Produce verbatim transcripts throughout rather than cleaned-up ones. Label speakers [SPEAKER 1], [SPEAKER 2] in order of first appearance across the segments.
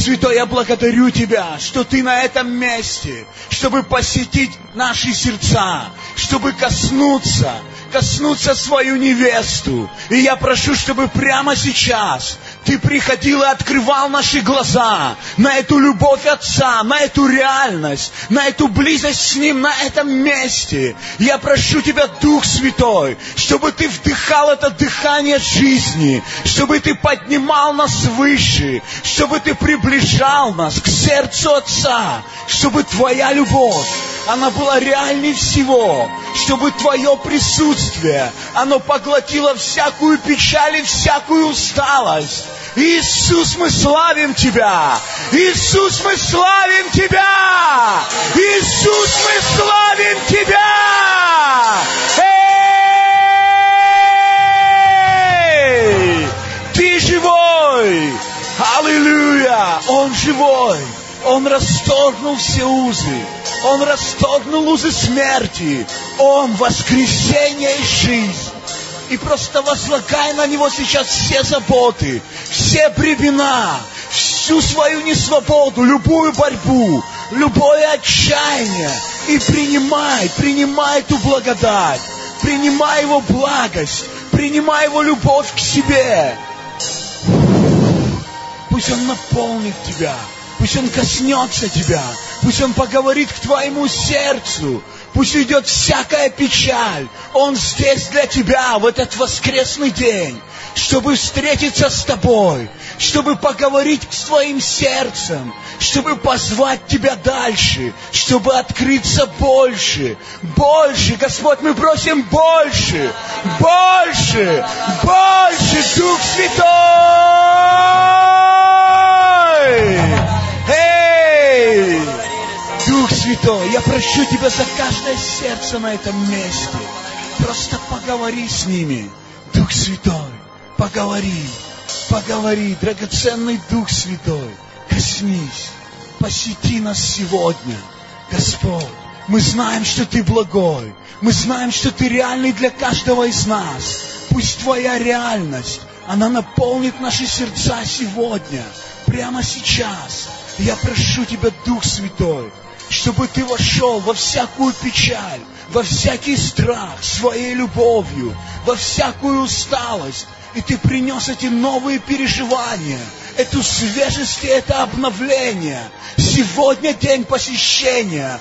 [SPEAKER 1] Святой, я благодарю Тебя, что Ты на этом месте, чтобы посетить наши сердца, чтобы коснуться, коснуться свою невесту. И я прошу, чтобы прямо сейчас Ты приходил и открывал наши глаза на эту любовь Отца, на эту реальность, на эту близость с Ним на этом месте. Я прошу Тебя, Дух Святой, чтобы Ты вдыхал это дыхание жизни, чтобы Ты поднимал нас выше, чтобы Ты приближал нас к сердцу Отца, чтобы Твоя любовь, она была реальней всего, чтобы Твое присутствие, оно поглотило всякую печаль и всякую усталость. Иисус, мы славим Тебя! Иисус, мы славим Тебя! Иисус, мы славим Тебя! Эй! Ты живой! Аллилуйя! Он живой! Он расторгнул все узы. Он расторгнул узы смерти. Он воскресение и жизнь. И просто возлагай на Него сейчас все заботы, все бремена, всю свою несвободу, любую борьбу, любое отчаяние. И принимай, принимай эту благодать, принимай Его благость, принимай Его любовь к себе. Пусть Он наполнит тебя. Пусть Он коснется тебя. Пусть Он поговорит к твоему сердцу. Пусть уйдет всякая печаль. Он здесь для тебя в этот воскресный день, чтобы встретиться с тобой, чтобы поговорить с твоим сердцем, чтобы позвать тебя дальше, чтобы открыться больше, больше. Господь, мы просим больше, больше, больше, Дух Святой! Эй! Дух Святой, я прошу Тебя за каждое сердце на этом месте. Просто поговори с ними. Дух Святой, поговори, поговори, драгоценный Дух Святой. Коснись, посети нас сегодня. Господь, мы знаем, что Ты благой. Мы знаем, что Ты реальный для каждого из нас. Пусть Твоя реальность, она наполнит наши сердца сегодня, прямо сейчас. Я прошу Тебя, Дух Святой, чтобы Ты вошел во всякую печаль, во всякий страх своей любовью, во всякую усталость. И Ты принес эти новые переживания, эту свежесть и это обновление. Сегодня день посещения.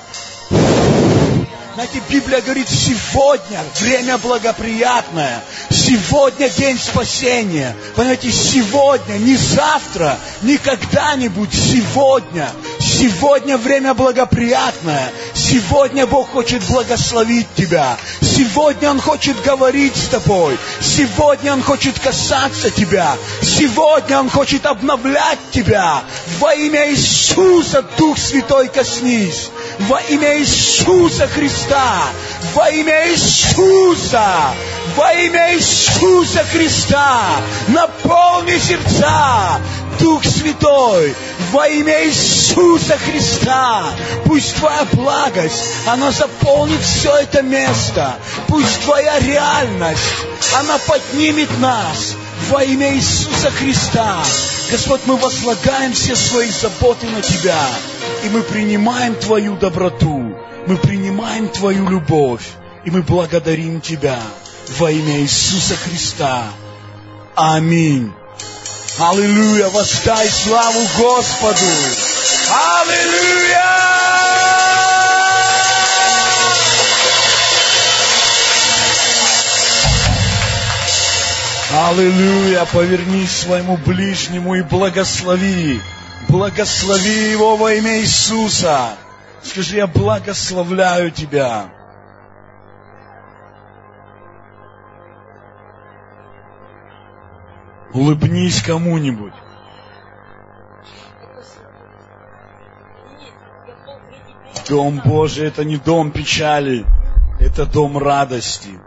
[SPEAKER 1] Знаете, Библия говорит, сегодня время благоприятное, сегодня день спасения. Понимаете, сегодня, не завтра, не когда-нибудь, сегодня. Сегодня время благоприятное. Сегодня Бог хочет благословить тебя. Сегодня Он хочет говорить с тобой. Сегодня Он хочет касаться тебя. Сегодня Он хочет обновлять тебя. Во имя Иисуса, Дух Святой, коснись. Во имя Иисуса Христа. Во имя Иисуса. Во имя Иисуса Христа. Наполни сердца. Дух Святой, во имя Иисуса Христа, пусть Твоя благость, она заполнит все это место. Пусть Твоя реальность, она поднимет нас во имя Иисуса Христа. Господь, мы возлагаем все свои заботы на Тебя, и мы принимаем Твою доброту, мы принимаем Твою любовь, и мы благодарим Тебя во имя Иисуса Христа. Аминь. Аллилуйя! Воздай славу Господу! Аллилуйя! Аллилуйя! Повернись своему ближнему и благослови. Благослови его во имя Иисуса. Скажи, я благословляю тебя. Улыбнись кому-нибудь. Дом Божий — это не дом печали, это дом радости.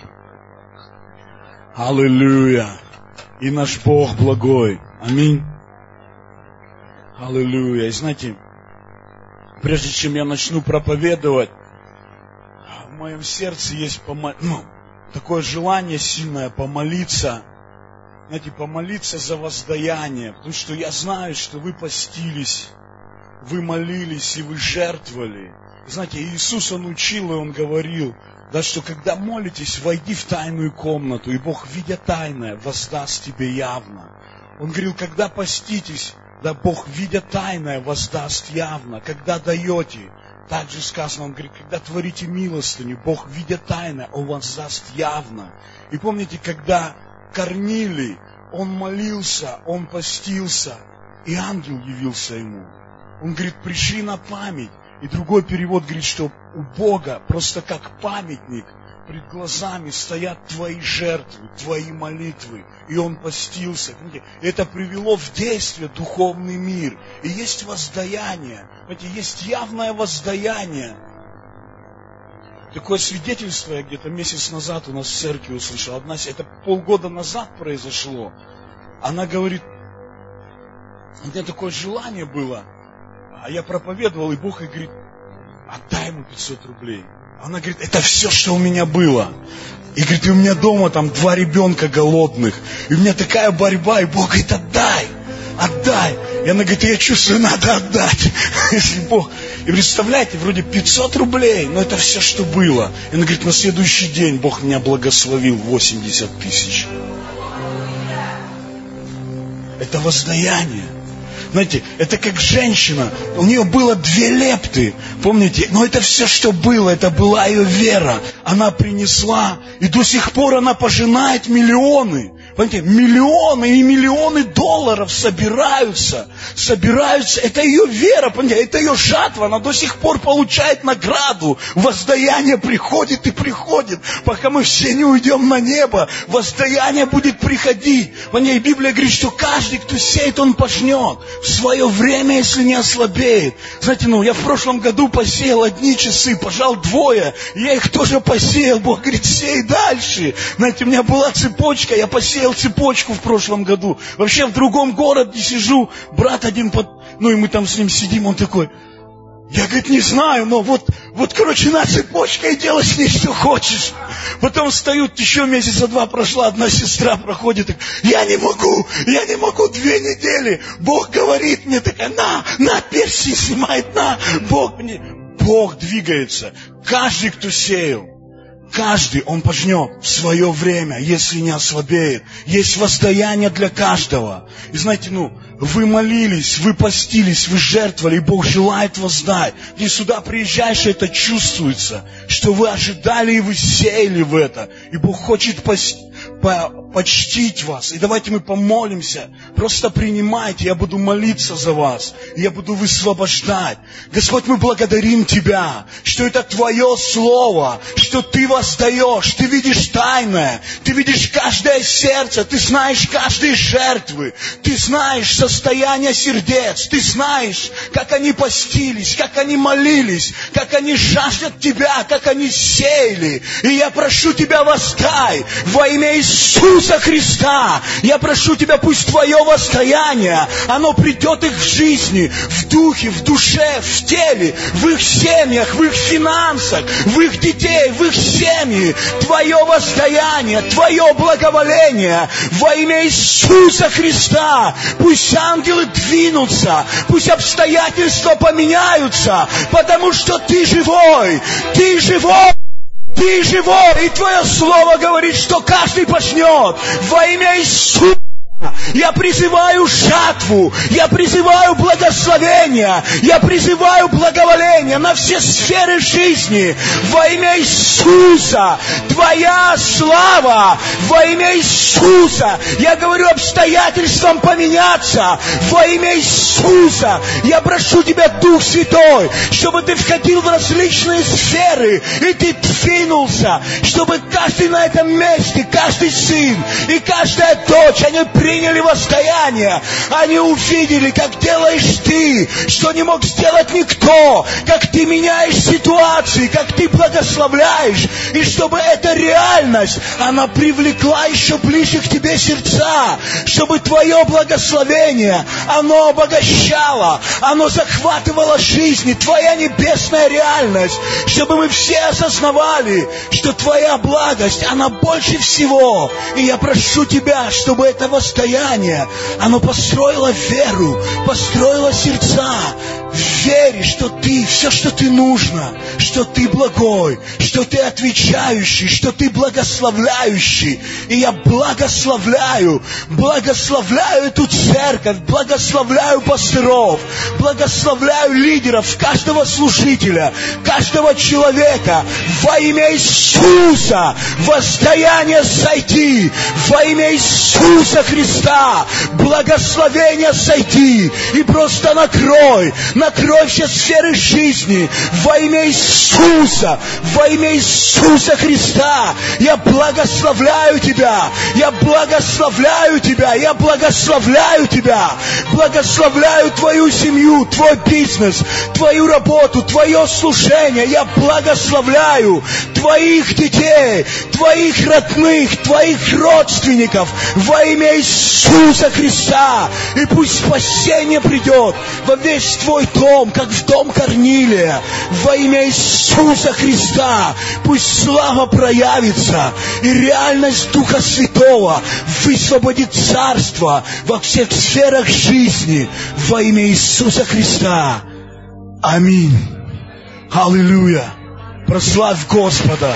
[SPEAKER 1] Аллилуйя! И наш Бог благой. Аминь. Аллилуйя! И знаете, прежде чем я начну проповедовать, в моем сердце есть помо... ну, такое желание сильное помолиться. знаете, помолиться за воздаяние, потому что я знаю, что вы постились, вы молились и вы жертвовали. Знаете, Иисус, Он учил, и Он говорил, да, что когда молитесь, войди в тайную комнату, и Бог, видя тайное, воздаст тебе явно. Он говорил, когда поститесь, да, Бог, видя тайное, воздаст явно. Когда даете, также сказано, Он говорит, когда творите милостыню, Бог, видя тайное, Он воздаст явно. И помните, когда Корнилий, он молился, он постился, и ангел явился ему. Он говорит, пришли на память. И другой перевод говорит, что у Бога просто как памятник пред глазами стоят твои жертвы, твои молитвы. И он постился. Это привело в действие духовный мир. И есть воздаяние. Знаете, есть явное воздаяние. Такое свидетельство я где-то месяц назад у нас в церкви услышал. Одна, это полгода назад произошло. Она говорит, у меня такое желание было, а я проповедовал, и Бог ей говорит, отдай ему пятьсот рублей. Она говорит, это все, что у меня было. И говорит, и у меня дома там два ребенка голодных. И у меня такая борьба, и Бог говорит, отдай, отдай. И она говорит, я чувствую, надо отдать. Если Бог... И представляете, вроде пятьсот рублей, но это все, что было. И она говорит, на следующий день Бог меня благословил восемьдесят тысяч. Это воздаяние. Знаете, это как женщина, у нее было две лепты, помните? Но это все, что было, это была ее вера. Она принесла, и до сих пор она пожинает миллионы. Понимаете, миллионы и миллионы долларов собираются, собираются, это ее вера, понимаете, это ее жатва, она до сих пор получает награду, воздаяние приходит и приходит, пока мы все не уйдем на небо, воздаяние будет приходить, понимаете, Библия говорит, что каждый, кто сеет, он пожнет, в свое время, если не ослабеет. Знаете, ну, я в прошлом году посеял одни часы, пожал двое, я их тоже посеял, Бог говорит, сей дальше. Знаете, у меня была цепочка, я посеял цепочку в прошлом году. Вообще в другом городе сижу, брат один, под... ну и мы там с ним сидим, он такой, я, говорит, не знаю, но вот, вот, короче, на цепочка и делай с ней, что хочешь. Потом встают, еще месяца два прошла, одна сестра проходит, так, я не могу, я не могу две недели. Бог говорит мне, такая, на, на, перси снимает, на, Бог мне, Бог двигается. Каждый, кто сеял, каждый, он пожнет в свое время, если не ослабеет. Есть воздаяние для каждого. И знаете, ну, вы молились, вы постились, вы жертвовали, и Бог желает воздать. И сюда приезжаешь, и это чувствуется, что вы ожидали, и вы сеяли в это. И Бог хочет пост... по... почтить вас. И давайте мы помолимся. Просто принимайте, я буду молиться за вас. Я буду высвобождать. Господь, мы благодарим Тебя, что это Твое Слово, что Ты воздаешь, Ты видишь тайное, Ты видишь каждое сердце, Ты знаешь каждые жертвы, Ты знаешь состояние сердец, Ты знаешь, как они постились, как они молились, как они жаждут Тебя, как они сеяли. И я прошу Тебя, восдай во имя Иисуса Христа. Я прошу Тебя, пусть Твое воздаяние, оно придет их в жизни, в духе, в душе, в теле, в их семьях, в их финансах, в их детей, в их семьи. Твое воздаяние, Твое благоволение во имя Иисуса Христа. Пусть ангелы двинутся, пусть обстоятельства поменяются, потому что Ты живой, Ты живой. Ты живой, и Твое Слово говорит, что каждый пожнет во имя Иисуса. Я призываю жатву, я призываю благословение, я призываю благоволение на все сферы жизни во имя Иисуса. Твоя слава во имя Иисуса. Я говорю обстоятельствам поменяться во имя Иисуса. Я прошу Тебя, Дух Святой, чтобы Ты входил в различные сферы, и Ты двинулся, чтобы каждый на этом месте, каждый сын и каждая дочь, они приняли приняли воздаяние, они увидели, как делаешь ты, что не мог сделать никто, как ты меняешь ситуации, как ты благословляешь, и чтобы эта реальность, она привлекла еще ближе к тебе сердца, чтобы твое благословение, оно обогащало, оно захватывало жизни, твоя небесная реальность, чтобы мы все осознавали, что твоя благость, она больше всего. И я прошу тебя, чтобы это воздаяние, оно построило веру, построило сердца, в вере, что ты, все, что ты нужно, что ты благой, что ты отвечающий, что ты благословляющий. И я благословляю, благословляю эту церковь, благословляю пасторов, благословляю лидеров, каждого служителя, каждого человека. Во имя Иисуса воздаяние сойти, во имя Иисуса Христа благословение сойти. И просто накрой, накрой все сферы жизни во имя Иисуса, во имя Иисуса Христа. Я благословляю тебя, я благословляю тебя, я благословляю тебя, благословляю твою семью, твой бизнес, твою работу, твое служение. Я благословляю твоих детей, твоих родных, твоих родственников во имя Иисуса Христа. И пусть спасение придет во весь твой дом, как в дом Корнилия, во имя Иисуса Христа. Пусть слава проявится, и реальность Духа Святого высвободит царство во всех сферах жизни во имя Иисуса Христа. Аминь. Аллилуйя. Прославь Господа.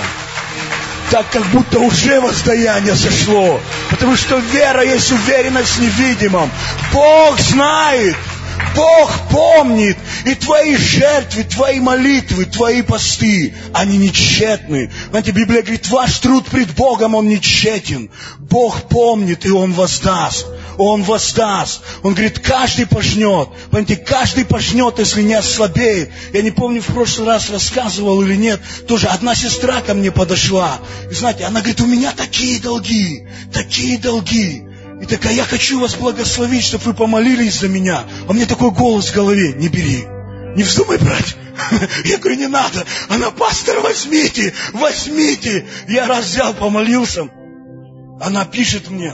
[SPEAKER 1] Так, как будто уже воздаяние сошло, потому что вера есть уверенность в невидимом. Бог знает, Бог помнит, и твои жертвы, твои молитвы, твои посты, они не тщетны. Знаете, Библия говорит, ваш труд пред Богом, он не тщетен. Бог помнит, и Он воздаст. Он воздаст. Он говорит, каждый пожнет. Понимаете, каждый пожнет, если не ослабеет. Я не помню, в прошлый раз рассказывал или нет. Тоже одна сестра ко мне подошла. И знаете, она говорит, у меня такие долги, такие долги. И такая, я хочу вас благословить, чтобы вы помолились за меня. А мне такой голос в голове, не бери, не вздумай брать. Я говорю, не надо. Она, пастор, возьмите, возьмите. Я раз взял, помолился. Она пишет мне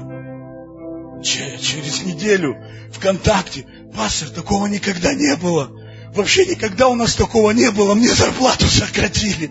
[SPEAKER 1] через неделю ВКонтакте, пастор, такого никогда не было. Вообще никогда у нас такого не было. Мне зарплату сократили.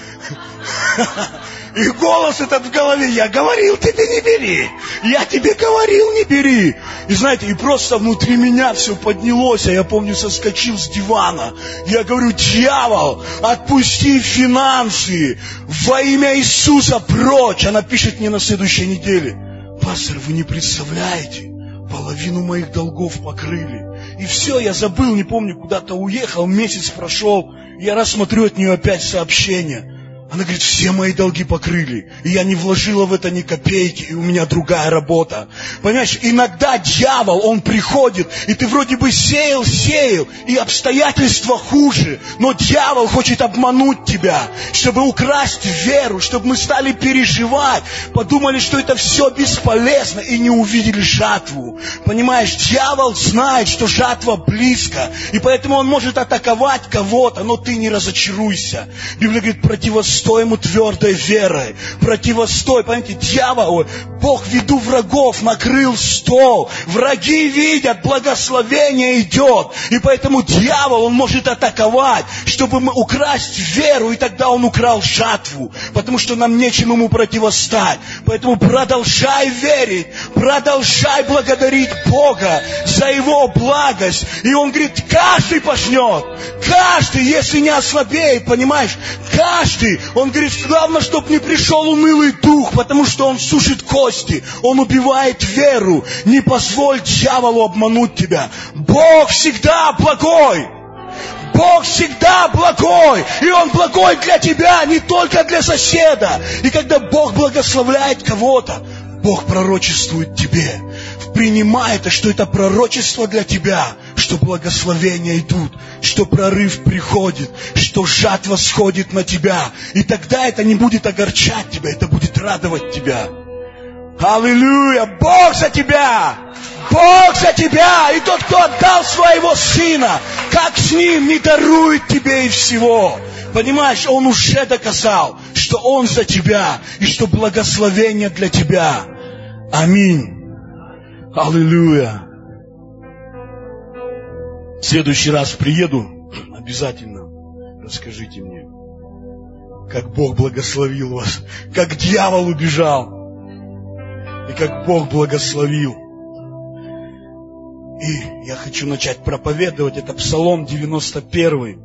[SPEAKER 1] И голос этот в голове, я говорил тебе не бери, я тебе говорил не бери. И знаете, и просто внутри меня все поднялось, а я помню, соскочил с дивана. Я говорю, дьявол, отпусти финансы во имя Иисуса прочь. Она пишет мне на следующей неделе, пастор, вы не представляете, половину моих долгов покрыли. И все, я забыл, не помню, куда-то уехал, месяц прошел, я рассмотрю от нее опять сообщения. Она говорит, все мои долги покрыли, и я не вложила в это ни копейки, и у меня другая работа. Понимаешь, иногда дьявол, он приходит, и ты вроде бы сеял, сеял, и обстоятельства хуже, но дьявол хочет обмануть тебя, чтобы украсть веру, чтобы мы стали переживать, подумали, что это все бесполезно, и не увидели жатву. Понимаешь, дьявол знает, что жатва близко, и поэтому он может атаковать кого-то, но ты не разочаруйся. Библия говорит, противостояние. Противостой ему твердой верой. Противостой. Понимаете, дьявол, Бог в виду врагов накрыл стол. Враги видят, благословение идет. И поэтому дьявол, он может атаковать, чтобы украсть веру. И тогда он украл жатву. Потому что нам нечем ему противостать. Поэтому продолжай верить. Продолжай благодарить Бога за Его благость. И он говорит, каждый пожнет. Каждый, если не ослабеет, понимаешь? Каждый. Он говорит, главное, чтобы не пришел унылый дух, потому что он сушит кости, он убивает веру. Не позволь дьяволу обмануть тебя. Бог всегда благой. Бог всегда благой. И Он благой для тебя, не только для соседа. И когда Бог благословляет кого-то, Бог пророчествует тебе. Принимай это, что это пророчество для тебя, что благословения идут, что прорыв приходит, что жатва сходит на тебя. И тогда это не будет огорчать тебя, это будет радовать тебя. Аллилуйя! Бог за тебя! Бог за тебя! И тот, кто отдал своего Сына, как с Ним не дарует тебе и всего. Понимаешь, Он уже доказал, что Он за тебя, и что благословение для тебя. Аминь. Аллилуйя. В следующий раз приеду, обязательно расскажите мне, как Бог благословил вас, как дьявол убежал, и как Бог благословил. И я хочу начать проповедовать, это Псалом девяносто первый,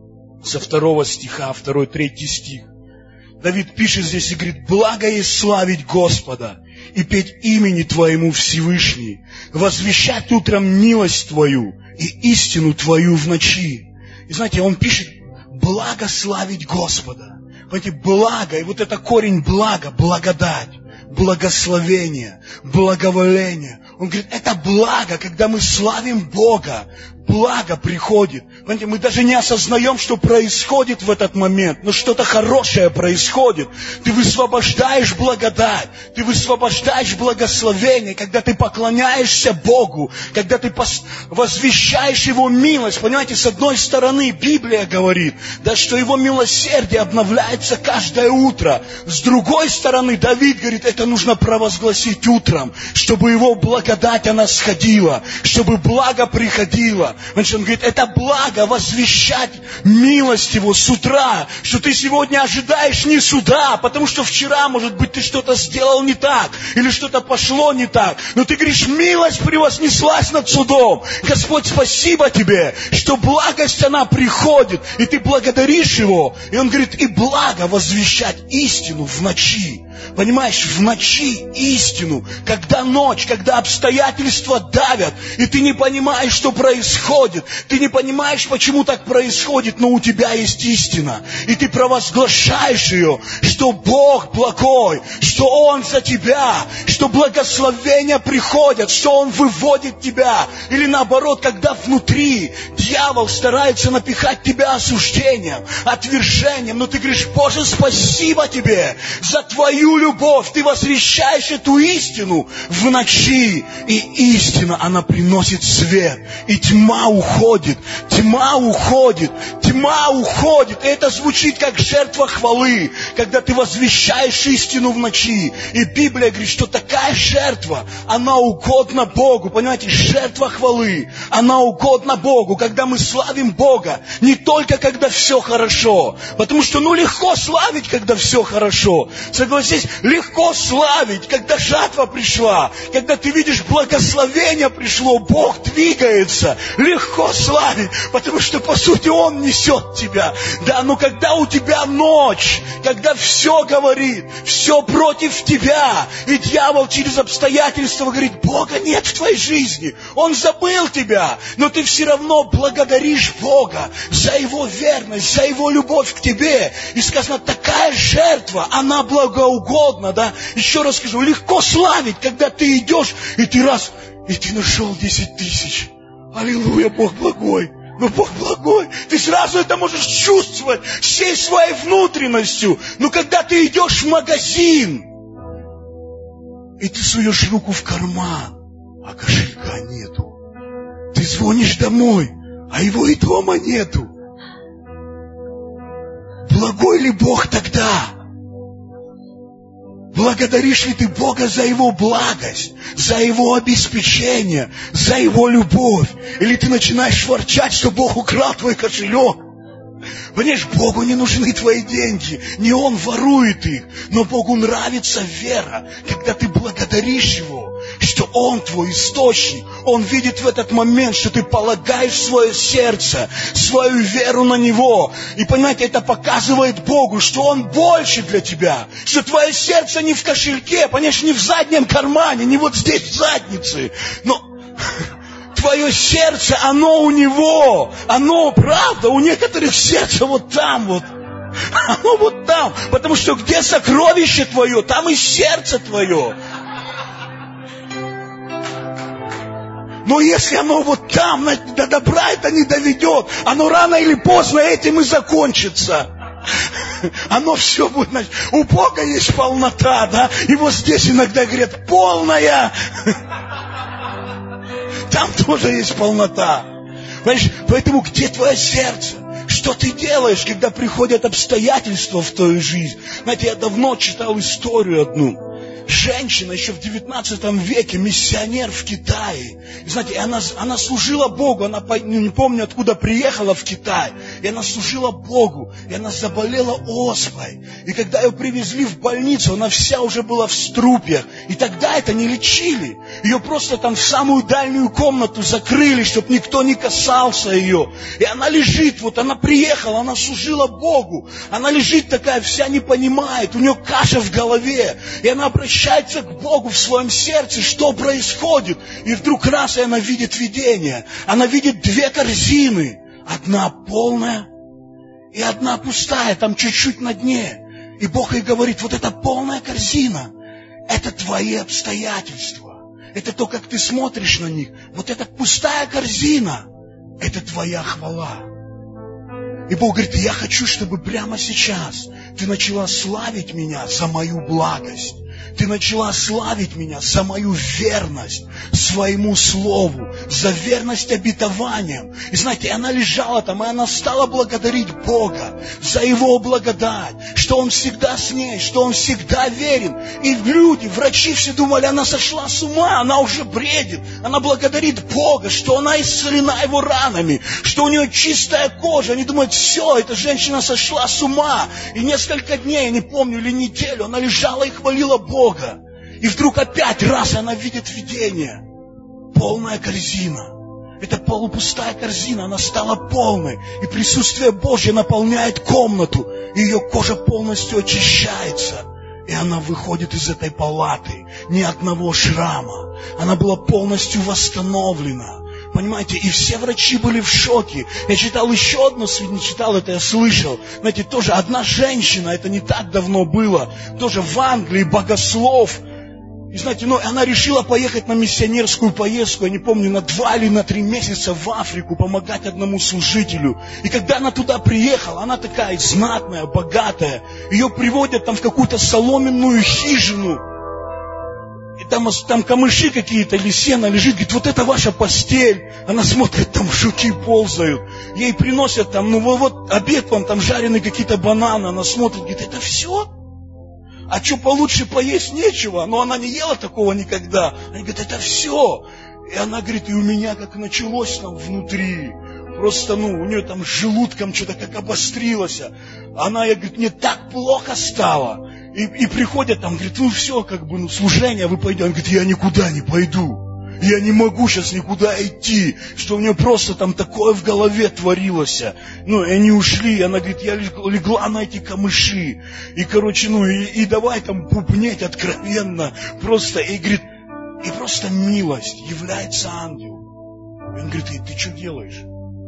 [SPEAKER 1] со второго стиха, второй, третий стих. Давид пишет здесь и говорит: «Благо есть славить Господа и петь имени Твоему Всевышний, возвещать утром милость Твою и истину Твою в ночи». И знаете, он пишет: «Благо славить Господа». Понимаете, благо, и вот это корень блага, благодать, благословение, благоволение. Он говорит, это благо, когда мы славим Бога, благо приходит. Понимаете, мы даже не осознаем, что происходит в этот момент, но что-то хорошее происходит. Ты высвобождаешь благодать, ты высвобождаешь благословение, когда ты поклоняешься Богу, когда ты возвещаешь Его милость. Понимаете, с одной стороны Библия говорит, да, что Его милосердие обновляется каждое утро. С другой стороны Давид говорит, это нужно провозгласить утром, чтобы Его благодать, она сходила, чтобы благо приходило. Значит, он говорит, это благо возвещать милость Его с утра, что ты сегодня ожидаешь не суда, потому что вчера, может быть, ты что-то сделал не так, или что-то пошло не так, но ты говоришь, милость превознеслась над судом. Господь, спасибо Тебе, что благость, она приходит, и ты благодаришь Его. И он говорит, и благо возвещать истину в ночи. Понимаешь, в ночи истину, когда ночь, когда обстоятельства давят, и ты не понимаешь, что происходит, ты не понимаешь, почему так происходит, но у тебя есть истина, и ты провозглашаешь ее, что Бог благой, что Он за тебя, что благословения приходят, что Он выводит тебя, или наоборот, когда внутри дьявол старается напихать тебя осуждением, отвержением, но ты говоришь, Боже, спасибо Тебе за Твою любовь, Ты возвещаешь эту истину в ночи, и истина, она приносит свет, и тьма уходит, тьма уходит, тьма уходит, и это звучит как жертва хвалы, когда ты возвещаешь истину в ночи, и Библия говорит, что такая жертва, она угодна Богу, понимаете, жертва хвалы, она угодна Богу, когда мы славим Бога, не только когда все хорошо, потому что, ну, легко славить, когда все хорошо, согласись, легко славить, когда жатва пришла, когда ты видишь, благословение пришло, Бог двигается, легко славить, потому что, по сути, Он несет тебя, да, но когда у тебя ночь, когда все говорит, все против тебя, и дьявол через обстоятельства говорит, Бога нет в твоей жизни, Он забыл тебя, но ты все равно благодаришь Бога за Его верность, за Его любовь к тебе, и сказано, такая жертва, она благоугодна, да, еще раз скажу, легко славить, когда ты идешь, и ты раз, и ты нашел десять тысяч, аллилуйя, Бог благой. Но Бог благой, ты сразу это можешь чувствовать всей своей внутренностью. Но когда ты идешь в магазин, и ты суешь руку в карман, а кошелька нету. Ты звонишь домой, а его и дома нету. Благой ли Бог тогда? Благодаришь ли ты Бога за Его благость, за Его обеспечение, за Его любовь? Или ты начинаешь ворчать, что Бог украл твой кошелек? Понимаешь, Богу не нужны твои деньги, не Он ворует их, но Богу нравится вера, когда ты благодаришь Его, что Он твой источник, Он видит в этот момент, что ты полагаешь свое сердце, свою веру на Него. И понимаете, это показывает Богу, что Он больше для тебя, что твое сердце не в кошельке, понимаешь, не в заднем кармане, не вот здесь в заднице, но... Твое сердце, оно у Него. Оно, правда, у некоторых сердце вот там вот. Оно вот там. Потому что где сокровище твое, там и сердце твое. Но если оно вот там, до добра это не доведет. Оно рано или поздно этим и закончится. Оно все будет, значит, у Бога есть полнота, да? И вот здесь иногда говорят, полная. Там тоже есть полнота. Понимаешь? Поэтому где твое сердце? Что ты делаешь, когда приходят обстоятельства в твою жизнь? Знаете, я давно читал историю одну. Женщина еще в девятнадцатом веке, миссионер в Китае. И знаете, она, она служила Богу, она не помню откуда приехала в Китай. И она служила Богу, и она заболела оспой. И когда ее привезли в больницу, она вся уже была в струпьях. И тогда это не лечили. Ее просто там в самую дальнюю комнату закрыли, чтобы никто не касался ее. И она лежит, вот она приехала, она служила Богу. Она лежит такая, вся не понимает, у нее каша в голове. И она обращается Обращается к Богу в своем сердце, что происходит. И вдруг раз, и она видит видение. Она видит две корзины. Одна полная и одна пустая, там чуть-чуть на дне. И Бог ей говорит, вот эта полная корзина, это твои обстоятельства. Это то, как ты смотришь на них. Вот эта пустая корзина, это твоя хвала. И Бог говорит, я хочу, чтобы прямо сейчас ты начала славить меня за мою благость. Ты начала славить меня за мою верность своему слову, за верность обетованиям. И знаете, она лежала там, и она стала благодарить Бога за Его благодать, что Он всегда с ней, что Он всегда верен. И люди, врачи все думали, она сошла с ума, она уже бредит. Она благодарит Бога, что она исцелена Его ранами, что у нее чистая кожа. Они думают, все, эта женщина сошла с ума. И несколько дней, я не помню, или неделю, она лежала и хвалила Бога. И вдруг опять раз она видит видение. Полная корзина. Это полупустая корзина, она стала полной. И присутствие Божье наполняет комнату. И ее кожа полностью очищается. И она выходит из этой палаты. Ни одного шрама. Она была полностью восстановлена. Понимаете, и все врачи были в шоке. Я читал еще одно, не читал это, я слышал. Знаете, тоже одна женщина, это не так давно было, тоже в Англии, богослов. И знаете, ну, она решила поехать на миссионерскую поездку, я не помню, на два или на три месяца в Африку, помогать одному служителю. И когда она туда приехала, она такая знатная, богатая. Ее приводят там в какую-то соломенную хижину. И там, там камыши какие-то, или сено лежит, говорит, вот это ваша постель. Она смотрит, там жуки ползают. Ей приносят там, ну вот обед вам, там жареные какие-то бананы. Она смотрит, говорит, это все? А что получше поесть нечего? Но она не ела такого никогда. Она говорит, это все. И она говорит, и у меня как началось там внутри. Просто, ну, у нее там с желудком что-то как обострилось. Она, я, говорит, мне так плохо стало. И, и приходят там, говорит, ну все, как бы, ну, служение, вы пойдете. Он говорит, я никуда не пойду. Я не могу сейчас никуда идти. Что у нее просто там такое в голове творилось. Ну, и они ушли. И она говорит, я легла на эти камыши. И, короче, ну, и, и давай там бубнеть откровенно. Просто, и говорит, и просто милость. Является ангел. И он говорит, ты что делаешь?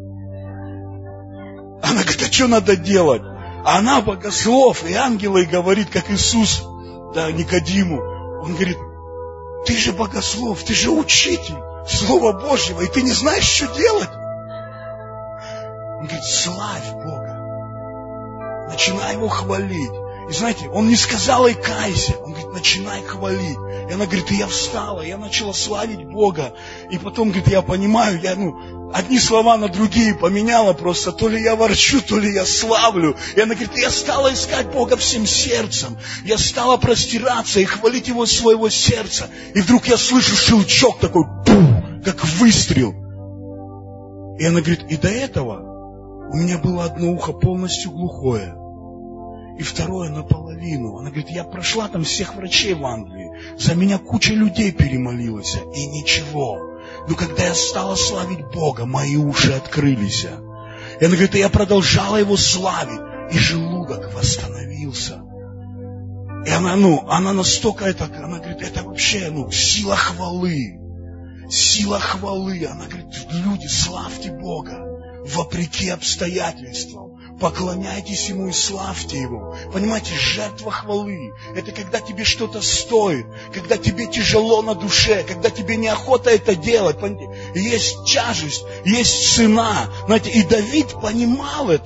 [SPEAKER 1] Она говорит, а что надо делать? А она богослов, и ангелы говорит, как Иисус, да, Никодиму. Он говорит, ты же богослов, ты же учитель Слова Божьего, и ты не знаешь, что делать. Он говорит, славь Бога. Начинай Его хвалить. И знаете, он не сказал ей кайся. Он говорит, начинай хвалить. И она говорит, и я встала, я начала славить Бога. И потом, говорит, я понимаю, я, ну, одни слова на другие поменяла просто. То ли я ворчу, то ли я славлю. И она говорит, я стала искать Бога всем сердцем. Я стала простираться и хвалить Его из своего сердца. И вдруг я слышу щелчок такой, бум, как выстрел. И она говорит, и до этого у меня было одно ухо полностью глухое. И второе наполовину. Она говорит, я прошла там всех врачей в Англии. За меня куча людей перемолилась. И ничего. Но когда я стала славить Бога, мои уши открылись. И она говорит, я продолжала Его славить. И желудок восстановился. И она, ну, она настолько это, она говорит, это вообще, ну, сила хвалы. Сила хвалы. Она говорит, люди, славьте Бога. Вопреки обстоятельствам. Поклоняйтесь Ему и славьте Его. Понимаете, жертва хвалы – это когда тебе что-то стоит, когда тебе тяжело на душе, когда тебе неохота это делать. Есть тяжесть, есть цена. Знаете, и Давид понимал это.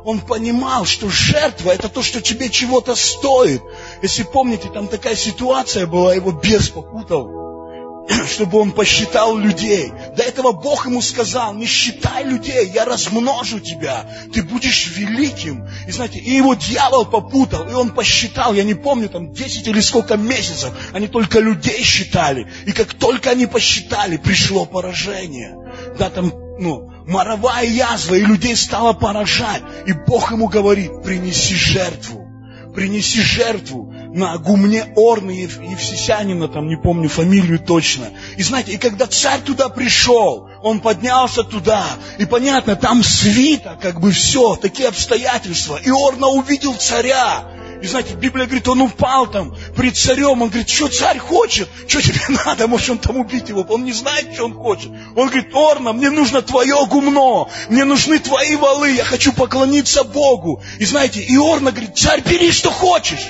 [SPEAKER 1] Он понимал, что жертва – это то, что тебе чего-то стоит. Если помните, там такая ситуация была, его бес попутал, чтобы он посчитал людей. До этого Бог ему сказал: не считай людей, я размножу тебя, ты будешь великим. И знаете, и его дьявол попутал, и он посчитал, я не помню, там десять или сколько месяцев, они только людей считали. И как только они посчитали, пришло поражение. Да, там, ну, моровая язва, и людей стало поражать. И Бог ему говорит: принеси жертву. Принеси жертву на гумне Орны Евсисянина, там не помню фамилию точно. И знаете, и когда царь туда пришел, он поднялся туда, и понятно, там свита, как бы все, такие обстоятельства. И Орна увидел царя. И знаете, Библия говорит, он упал там пред царем, он говорит: что царь хочет? Что тебе надо? Может, он там убить его? Он не знает, что он хочет. Он говорит: Орна, мне нужно твое гумно, мне нужны твои валы, я хочу поклониться Богу. И знаете, и Орна говорит: царь, бери, что хочешь.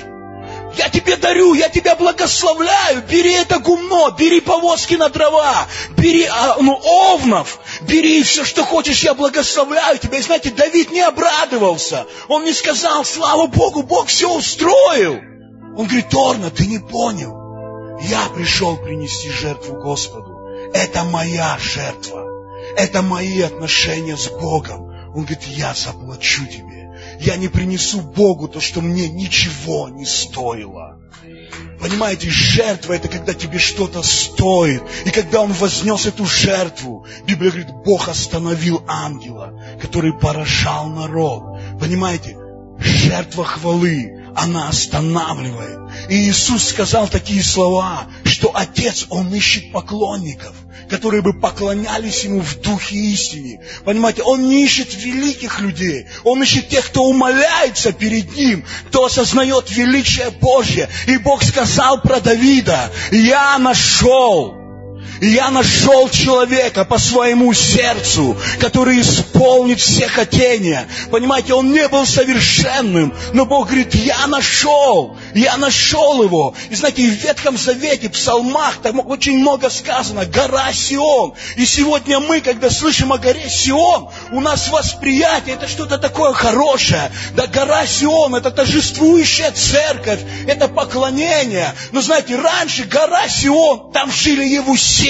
[SPEAKER 1] Я тебе дарю, я тебя благословляю, бери это гумно, бери повозки на дрова, бери ну, овнов, бери все, что хочешь, я благословляю тебя. И знаете, Давид не обрадовался, он не сказал: слава Богу, Бог все устроил. Он говорит: Орна, ты не понял, я пришел принести жертву Господу, это моя жертва, это мои отношения с Богом. Он говорит: я заплачу тебе. Я не принесу Богу то, что мне ничего не стоило. Понимаете, жертва – это когда тебе что-то стоит. И когда он вознес эту жертву, Библия говорит, Бог остановил ангела, который поражал народ. Понимаете, жертва хвалы, она останавливает. И Иисус сказал такие слова, что Отец, Он ищет поклонников, которые бы поклонялись Ему в духе и истине. Понимаете, Он не ищет великих людей. Он ищет тех, кто умоляется перед Ним, кто осознает величие Божье. И Бог сказал про Давида: «Я нашел». И я нашел человека по своему сердцу, который исполнит все хотения. Понимаете, он не был совершенным, но Бог говорит: я нашел, я нашел его. И знаете, в Ветхом Завете, в псалмах, там очень много сказано: гора Сион. И сегодня мы, когда слышим о горе Сион, у нас восприятие, это что-то такое хорошее. Да, гора Сион, это торжествующая церковь, это поклонение. Но знаете, раньше гора Сион, там жили Евусеи.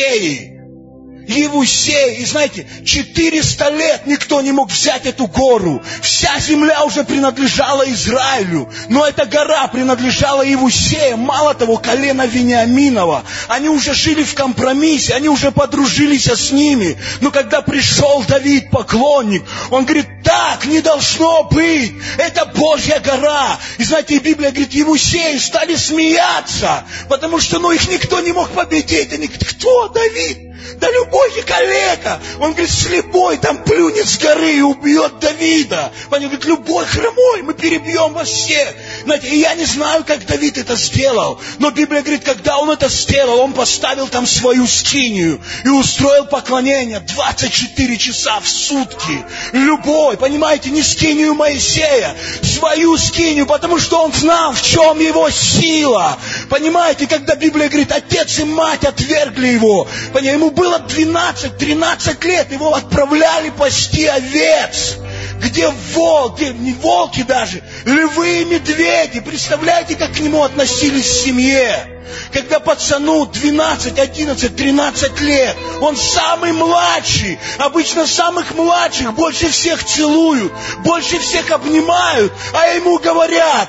[SPEAKER 1] Евусей. И знаете, четыреста лет никто не мог взять эту гору. Вся земля уже принадлежала Израилю. Но эта гора принадлежала Евусеям. Мало того, колено Вениаминова. Они уже жили в компромиссе, они уже подружились с ними. Но когда пришел Давид, поклонник, он говорит: так не должно быть. Это Божья гора. И знаете, Библия говорит, Евусеи стали смеяться, потому что ну, их никто не мог победить. Они говорят: кто, Давид? Да любой калека. Он говорит: слепой там плюнет с горы и убьет Давида. Он говорит: любой хромой, мы перебьем вас всех. Знаете, и я не знаю, как Давид это сделал, но Библия говорит, когда он это сделал, он поставил там свою скинию и устроил поклонение двадцать четыре часа в сутки. Любой, понимаете, не скинию Моисея, свою скинию, потому что он знал, в чем его сила. Понимаете, когда Библия говорит, отец и мать отвергли его, ему было двенадцать-тринадцать лет, его отправляли пасти овец. Где волки, не волки даже, львы и медведи. Представляете, как к нему относились в семье? Когда пацану двенадцать, одиннадцать, тринадцать лет, он самый младший. Обычно самых младших больше всех целуют, больше всех обнимают, а ему говорят: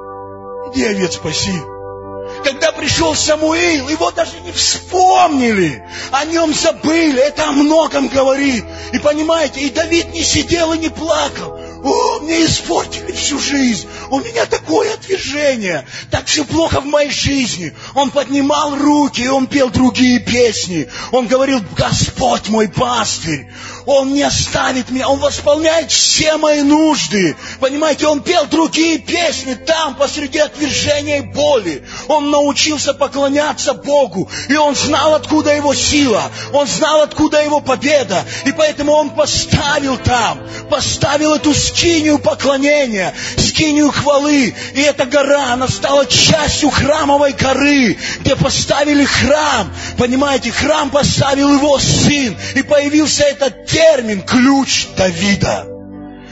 [SPEAKER 1] иди овец паси. Когда пришел Самуил, его даже не вспомнили, о нем забыли, это о многом говорит. И понимаете, и Давид не сидел и не плакал. О, мне испортили всю жизнь, у меня такое отвержение, так все плохо в моей жизни. Он поднимал руки, и он пел другие песни. Он говорил: Господь мой пастырь, Он не оставит меня, Он восполняет все мои нужды. Понимаете, он пел другие песни там, посреди отвержения и боли. Он научился поклоняться Богу, и он знал, откуда его сила, он знал, откуда его победа. И поэтому он поставил там, поставил эту скинию поклонения, скинию хвалы. И эта гора, она стала частью храмовой горы, где поставили храм. Понимаете, храм поставил его сын, и появился этот термин «ключ Давида».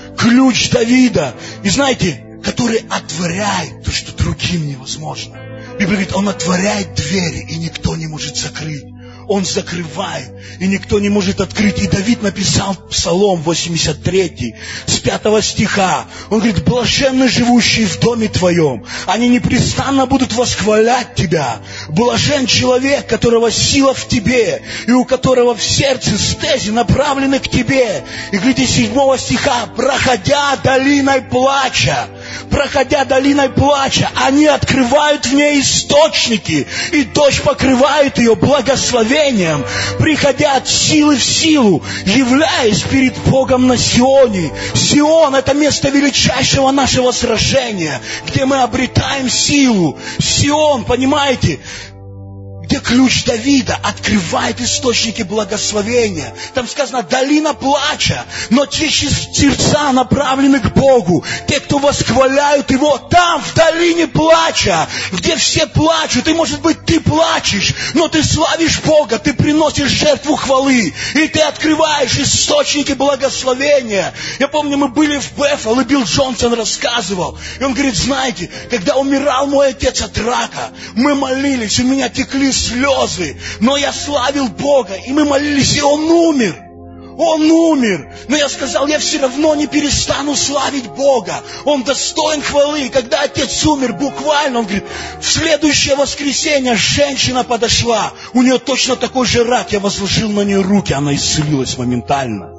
[SPEAKER 1] ключ Давида. И знаете, который отворяет то, что другим невозможно. Библия говорит, Он отворяет двери, и никто не может закрыть. Он закрывает, и никто не может открыть. И Давид написал Псалом восемьдесят три, с пятого стиха. Он говорит, блаженны живущие в доме Твоем. Они непрестанно будут восхвалять Тебя. Блажен человек, которого сила в Тебе, и у которого в сердце стези направлены к Тебе. И говорит, из седьмого стиха, проходя долиной плача, проходя долиной плача, они открывают в ней источники, и дождь покрывает ее благословением, приходя от силы в силу, являясь перед Богом на Сионе. Сион — это место величайшего нашего сражения, где мы обретаем силу. Сион, понимаете, где ключ Давида открывает источники благословения. Там сказано, долина плача, но те сердца направлены к Богу. Те, кто восхваляют Его, там, в долине плача, где все плачут. И, может быть, ты плачешь, но ты славишь Бога, ты приносишь жертву хвалы, и ты открываешь источники благословения. Я помню, мы были в Беффал, и Билл Джонсон рассказывал. И он говорит, знаете, когда умирал мой отец от рака, мы молились, у меня текли слезы, но я славил Бога, и мы молились, и Он умер. Он умер. Но я сказал, я все равно не перестану славить Бога. Он достоин хвалы. И когда отец умер, буквально, он говорит, в следующее воскресенье женщина подошла. У нее точно такой же рак. Я возложил на нее руки, она исцелилась моментально.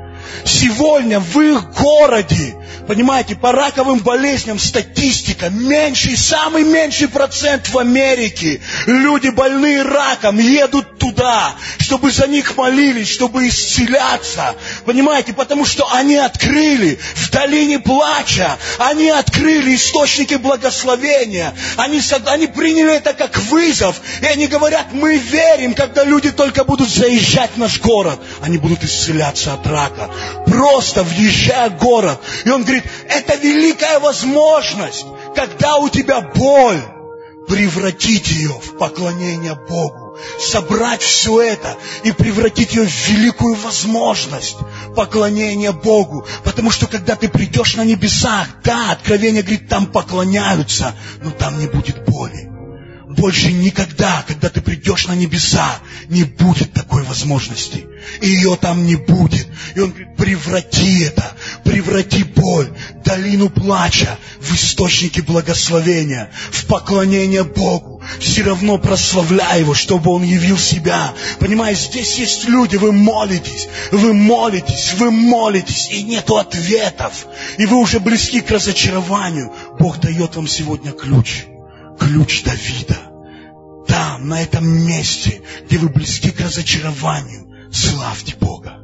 [SPEAKER 1] Сегодня в их городе, понимаете, по раковым болезням статистика, меньший, самый меньший процент в Америке. Люди, больные раком, едут туда, чтобы за них молились, чтобы исцеляться. Понимаете, потому что они открыли в долине плача, они открыли источники благословения. Они, они приняли это как вызов. И они говорят, мы верим, когда люди только будут заезжать в наш город, они будут исцеляться от рака. Просто въезжая в город. И он говорит, это великая возможность, когда у тебя боль, превратить ее в поклонение Богу. Собрать все это и превратить ее в великую возможность поклонения Богу. Потому что когда ты придешь на небесах, да, Откровение говорит, там поклоняются, но там не будет боли. Больше никогда, когда ты придешь на небеса, не будет такой возможности. И ее там не будет. И он говорит, преврати это, преврати боль, долину плача в источники благословения, в поклонение Богу. Все равно прославляй Его, чтобы Он явил себя. Понимаете, здесь есть люди, вы молитесь, вы молитесь, вы молитесь, и нету ответов. И вы уже близки к разочарованию. Бог дает вам сегодня ключ. Ключ Давида. Там, на этом месте, где вы близки к разочарованию, славьте Бога.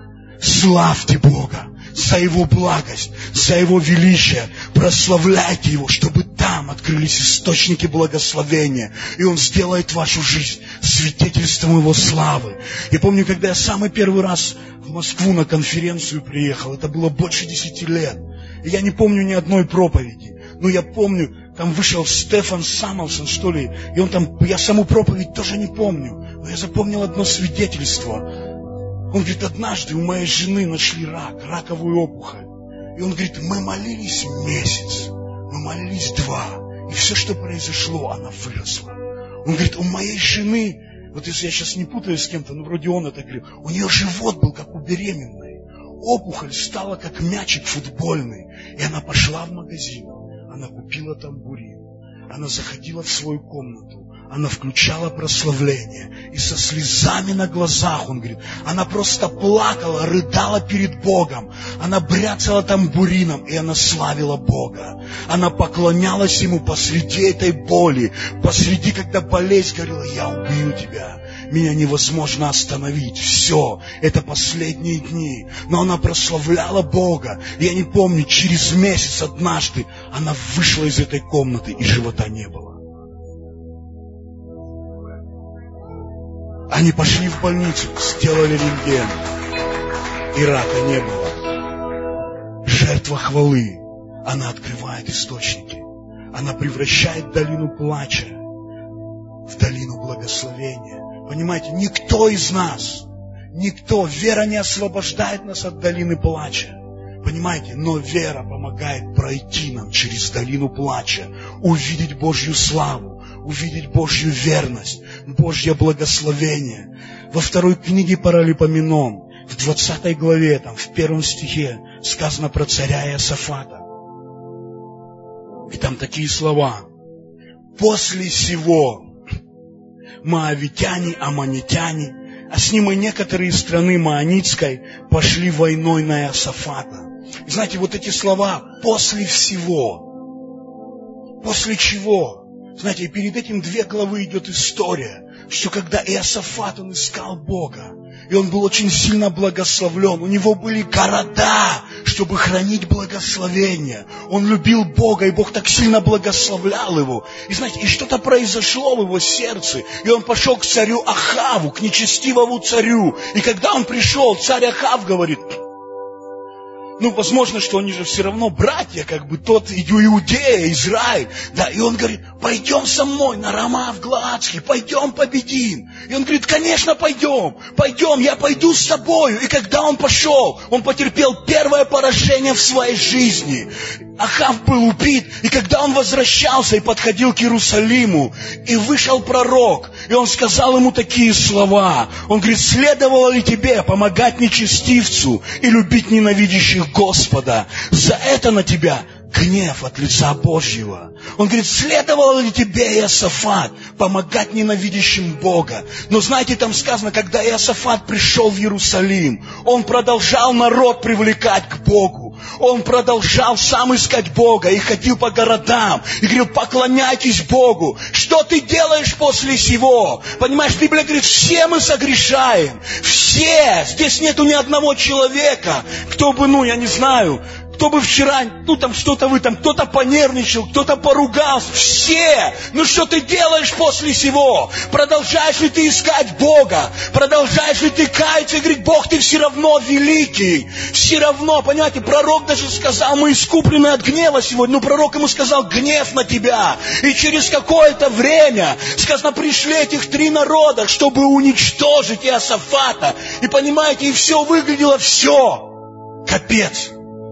[SPEAKER 1] Славьте Бога за Его благость, за Его величие. Прославляйте Его, чтобы там открылись источники благословения. И Он сделает вашу жизнь свидетельством Его славы. Я помню, когда я самый первый раз в Москву на конференцию приехал, это было больше десяти лет. И я не помню ни одной проповеди. Но я помню, там вышел Стефан Саммелсон, что ли, и он там, я саму проповедь тоже не помню, но я запомнил одно свидетельство. Он говорит, однажды у моей жены нашли рак, раковую опухоль. И он говорит, мы молились месяц, мы молились два, и все, что произошло, она выросла. Он говорит, у моей жены, вот если я сейчас не путаюсь с кем-то, ну вроде он это говорил, у нее живот был как у беременной. Опухоль стала как мячик футбольный, и она пошла в магазин. Она купила тамбурин, она заходила в свою комнату, она включала прославление, и со слезами на глазах, он говорит, она просто плакала, рыдала перед Богом, она бряцала тамбурином, и она славила Бога. Она поклонялась Ему посреди этой боли, посреди, когда болезнь говорила, я убью тебя. Меня невозможно остановить. Все, это последние дни. Но она прославляла Бога. Я не помню, через месяц однажды она вышла из этой комнаты, и живота не было. Они пошли в больницу, сделали рентген, и рака не было. Жертва хвалы. Она открывает источники. Она превращает долину плача в долину благословения. Понимаете, никто из нас, никто, вера не освобождает нас от долины плача. Понимаете? Но вера помогает пройти нам через долину плача, увидеть Божью славу, увидеть Божью верность, Божье благословение. Во второй книге Паралипоменон, в двадцатой главе, там, в первом стихе, сказано про царя Иосафата. И там такие слова. «После сего моавитяне, аммонитяне, а с ним и некоторые из страны Маонитской пошли войной на Иосафата». И знаете, вот эти слова «после всего», «после чего». Знаете, и перед этим две главы идет история, что когда Иосафат, он искал Бога, и он был очень сильно благословлен, у него были города, чтобы хранить благословение. Он любил Бога, и Бог так сильно благословлял его. И знаете, и что-то произошло в его сердце, и он пошел к царю Ахаву, к нечестивому царю. И когда он пришел, царь Ахав говорит: ну, возможно, что они же все равно братья, как бы тот Иудея, Израиль. Да, и он говорит: пойдем со мной на Рамав Галаадский, пойдем победим. И он говорит: конечно, пойдем, пойдем, я пойду с тобою. И когда он пошел, он потерпел первое поражение в своей жизни. Ахав был убит, и когда он возвращался и подходил к Иерусалиму, и вышел пророк, и он сказал ему такие слова. Он говорит: следовало ли тебе помогать нечестивцу и любить ненавидящих Господа? За это на тебя гнев от лица Божьего. Он говорит: следовало ли тебе, Иосафат, помогать ненавидящим Бога? Но знаете, там сказано, когда Иосафат пришел в Иерусалим, он продолжал народ привлекать к Богу. Он продолжал сам искать Бога и ходил по городам и говорил: поклоняйтесь Богу. Что ты делаешь после сего? Понимаешь, Библия говорит, все мы согрешаем. Все. Здесь нету ни одного человека, кто бы, ну, я не знаю, кто бы вчера, ну там что-то вы там, кто-то понервничал, кто-то поругался. Все! Ну что ты делаешь после сего? Продолжаешь ли ты искать Бога? Продолжаешь ли ты каяться и говорить: Бог, ты все равно великий? Все равно, понимаете, пророк даже сказал: мы искуплены от гнева сегодня. Ну, пророк ему сказал: гнев на тебя. И через какое-то время, сказано, пришли этих три народа, чтобы уничтожить Иосафата. И понимаете, и все выглядело, все. Капец.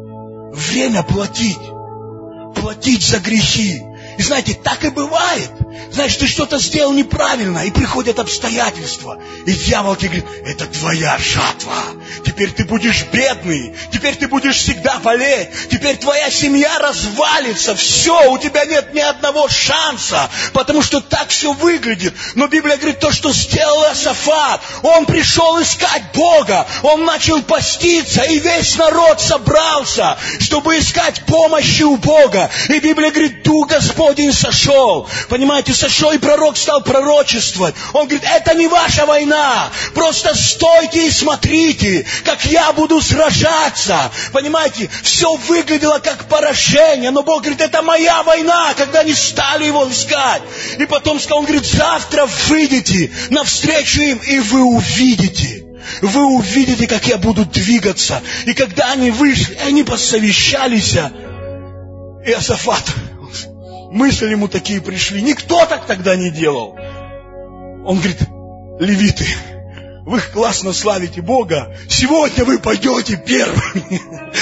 [SPEAKER 1] Время платить. Платить за грехи. И знаете, так и бывает. Знаешь, ты что-то сделал неправильно, и приходят обстоятельства. И дьявол тебе говорит: это твоя жатва. Теперь ты будешь бедный. Теперь ты будешь всегда болеть. Теперь твоя семья развалится. Все, у тебя нет ни одного шанса. Потому что так все выглядит. Но Библия говорит, то, что сделал Иосафат. Он пришел искать Бога. Он начал поститься. И весь народ собрался, чтобы искать помощи у Бога. И Библия говорит, Дух Господень сошел. Понимаете, сошел, и пророк стал пророчествовать. Он говорит: это не ваша война. Просто стойте и смотрите, как я буду сражаться. Понимаете, все выглядело как поражение. Но Бог говорит: это моя война, когда они стали его искать. И потом сказал, он говорит: завтра выйдете навстречу им, и вы увидите. Вы увидите, как я буду двигаться. И когда они вышли, они посовещались. Иосафат, мысли ему такие пришли. Никто так тогда не делал. Он говорит: левиты, вы классно славите Бога. Сегодня вы пойдете первыми.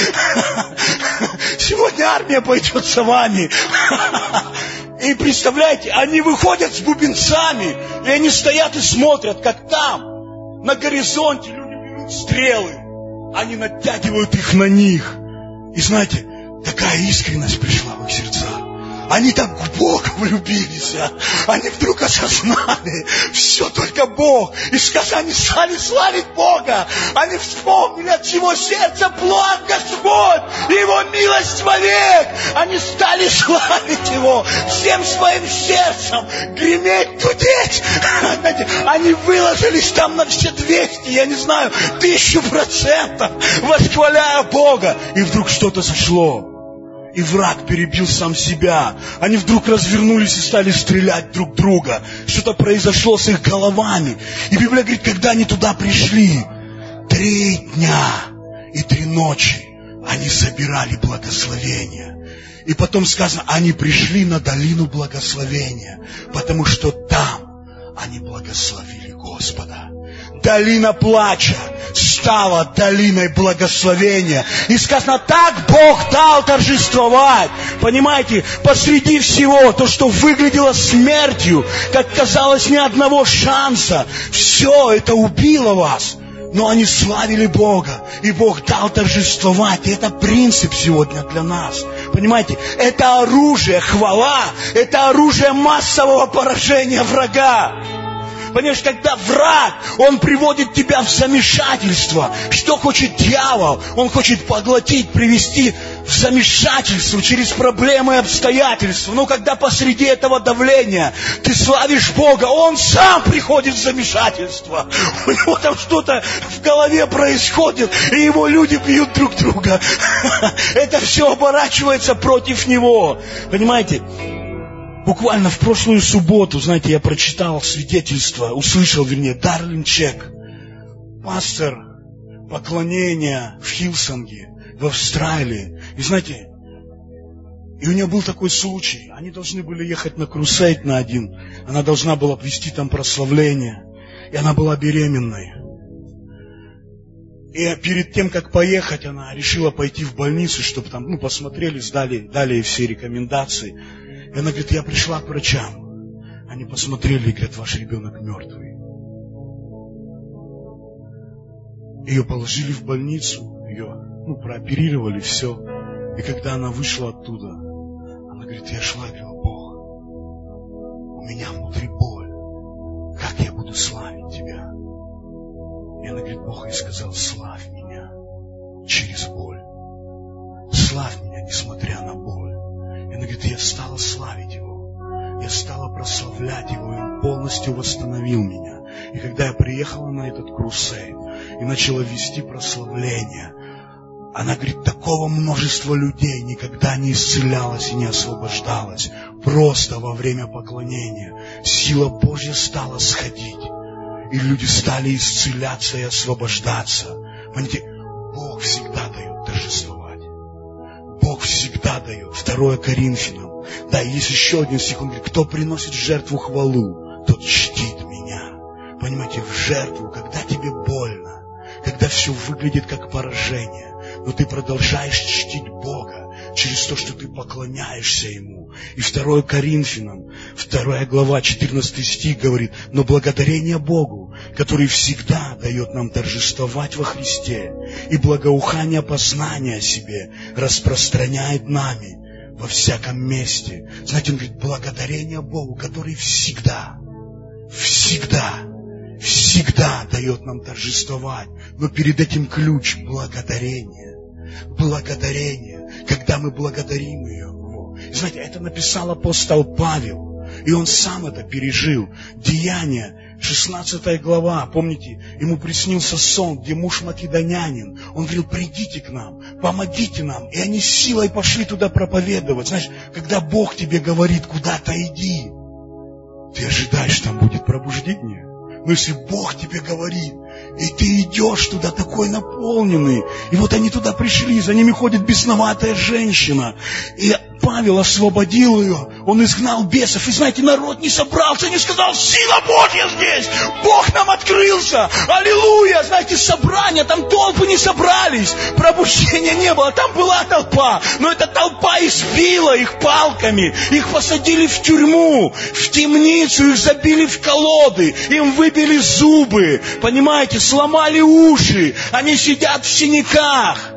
[SPEAKER 1] Сегодня армия пойдет за вами. И представляете, они выходят с бубенцами. И они стоят и смотрят, как там, на горизонте, люди берут стрелы. Они натягивают их на них. И знаете, такая искренность пришла в их сердца. Они так в Бога влюбились. Они вдруг осознали, все только Бог. И сказали, они стали славить Бога. Они вспомнили, от чего сердце благ Господь, и Его милость вовек. Они стали славить Его всем своим сердцем, греметь, гудеть. Они выложились там на все двести, я не знаю, тысячу процентов, восхваляя Бога. И вдруг что-то сошло. И враг перебил сам себя. Они вдруг развернулись и стали стрелять друг друга. Что-то произошло с их головами. И Библия говорит, когда они туда пришли, три дня и три ночи они собирали благословения. И потом сказано, они пришли на долину благословения, потому что там они благословили Господа. долина плача стала долиной благословения. И сказано, так Бог дал торжествовать. Понимаете, посреди всего, то, что выглядело смертью, как казалось, ни одного шанса, все это убило вас. Но они славили Бога, и Бог дал торжествовать. И это принцип сегодня для нас. Понимаете, это оружие, хвала, это оружие массового поражения врага. Понимаешь, когда враг, он приводит тебя в замешательство. Что хочет дьявол? Он хочет поглотить, привести в замешательство через проблемы и обстоятельства. Но когда посреди этого давления ты славишь Бога, он сам приходит в замешательство. У него там что-то в голове происходит, и его люди бьют друг друга. Это все оборачивается против него. Понимаете? Буквально в прошлую субботу, знаете, я прочитал свидетельство, услышал, вернее, Дарлин Чек, пастор поклонения в Хилсонге, в Австралии. И знаете, и у нее был такой случай. Они должны были ехать на крусейд на один. Она должна была вести там прославление. И она была беременной. И перед тем, как поехать, она решила пойти в больницу, чтобы там, ну, посмотрели, сдали, дали ей все рекомендации. И она говорит, я пришла к врачам. Они посмотрели и говорят, ваш ребенок мертвый. Ее положили в больницу, ее, ну, прооперировали, все. И когда она вышла оттуда, она говорит, я шла и говорила, Бог, у меня внутри боль. Как я буду славить Тебя? И она говорит, Бог ей сказал, славь меня через боль. Славь меня, несмотря на боль. И она говорит, я стала славить Его. Я стала прославлять Его, и Он полностью восстановил меня. И когда я приехала на этот крусейд и начала вести прославление, она говорит, такого множества людей никогда не исцелялось и не освобождалось. Просто во время поклонения сила Божья стала сходить. И люди стали исцеляться и освобождаться. Понимаете, Бог всегда дает торжествовать. Бог всегда дает. Второе Коринфянам. Да, есть еще один стих. Он говорит, кто приносит в жертву хвалу, тот чтит меня. Понимаете, в жертву, когда тебе больно, когда все выглядит как поражение, но ты продолжаешь чтить Бога через то, что ты поклоняешься Ему. И второе Коринфянам, вторая глава, четырнадцатый стих говорит, но благодарение Богу, который всегда дает нам торжествовать во Христе, и благоухание познания о себе распространяет нами во всяком месте. Знаете, он говорит, благодарение Богу, который всегда, всегда, всегда дает нам торжествовать. Но перед этим ключ благодарение. Благодарение. Когда мы благодарим Его. И знаете, это написал апостол Павел. И он сам это пережил. Деяния, шестнадцатая глава. Помните, ему приснился сон, где муж македонянин. Он говорил, придите к нам, помогите нам. И они с силой пошли туда проповедовать. Знаешь, когда Бог тебе говорит, куда-то иди, ты ожидаешь, там будет пробуждение. Но если Бог тебе говорит, и ты идешь туда такой наполненный, и вот они туда пришли, за ними ходит бесноватая женщина, и Павел освободил ее, он изгнал бесов, и знаете, народ не собрался, не сказал, сила Божья здесь, Бог нам открылся, аллилуйя, знаете, собрания, там толпы не собрались, пробуждения не было, там была толпа, но эта толпа избила их палками, их посадили в тюрьму, в темницу, их забили в колоды, им выбили зубы, понимаете, сломали уши, они сидят в синяках.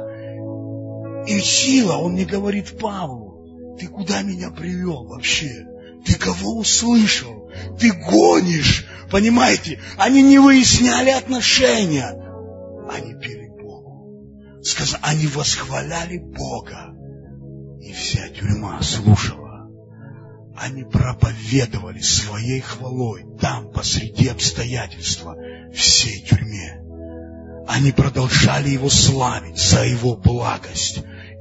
[SPEAKER 1] И сила, он не говорит Павлу, ты куда меня привел вообще? Ты кого услышал? Ты гонишь, понимаете? Они не выясняли отношения, они пели Богу. Сказано, они восхваляли Бога, и вся тюрьма слушала. Они проповедовали своей хвалой там, посреди обстоятельства, всей тюрьме. Они продолжали Его славить за Его благость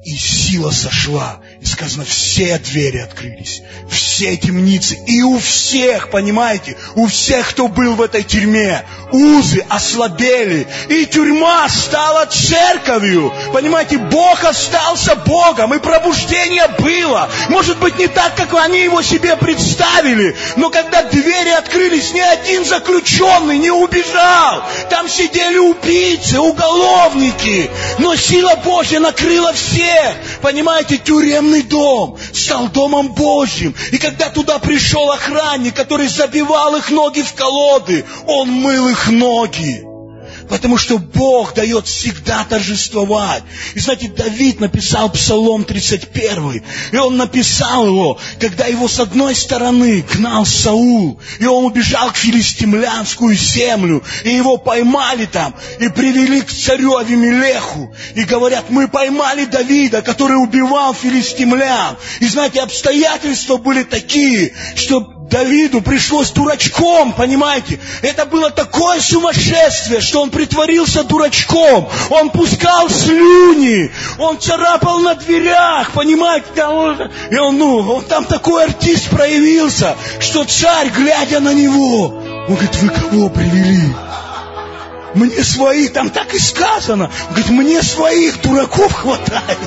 [SPEAKER 1] И сила сошла, и сказано, все двери открылись, все темницы, и у всех, понимаете, у всех, кто был в этой тюрьме, узы ослабели, и тюрьма стала церковью, понимаете, Бог остался Богом, и пробуждение было, может быть, не так, как они его себе представили, но когда двери открылись, ни один заключенный не убежал, там сидели убийцы, уголовники, но сила Божья накрыла всех. Понимаете, тюремный дом стал домом Божьим. И когда туда пришел охранник, который забивал их ноги в колоды, он мыл их ноги. Потому что Бог дает всегда торжествовать. И знаете, Давид написал Псалом тридцать один. И он написал его, когда его с одной стороны гнал Саул. И он убежал к филистимлянскую землю. И его поймали там. И привели к царю Авимелеху. И говорят, мы поймали Давида, который убивал филистимлян. И знаете, обстоятельства были такие, что Давиду пришлось дурачком, понимаете? Это было такое сумасшествие, что он притворился дурачком. Он пускал слюни, он царапал на дверях, понимаете? И он, ну, он там такой артист проявился, что царь, глядя на него, он говорит, вы кого привели? Мне своих, там так и сказано. Он говорит, мне своих дураков хватает.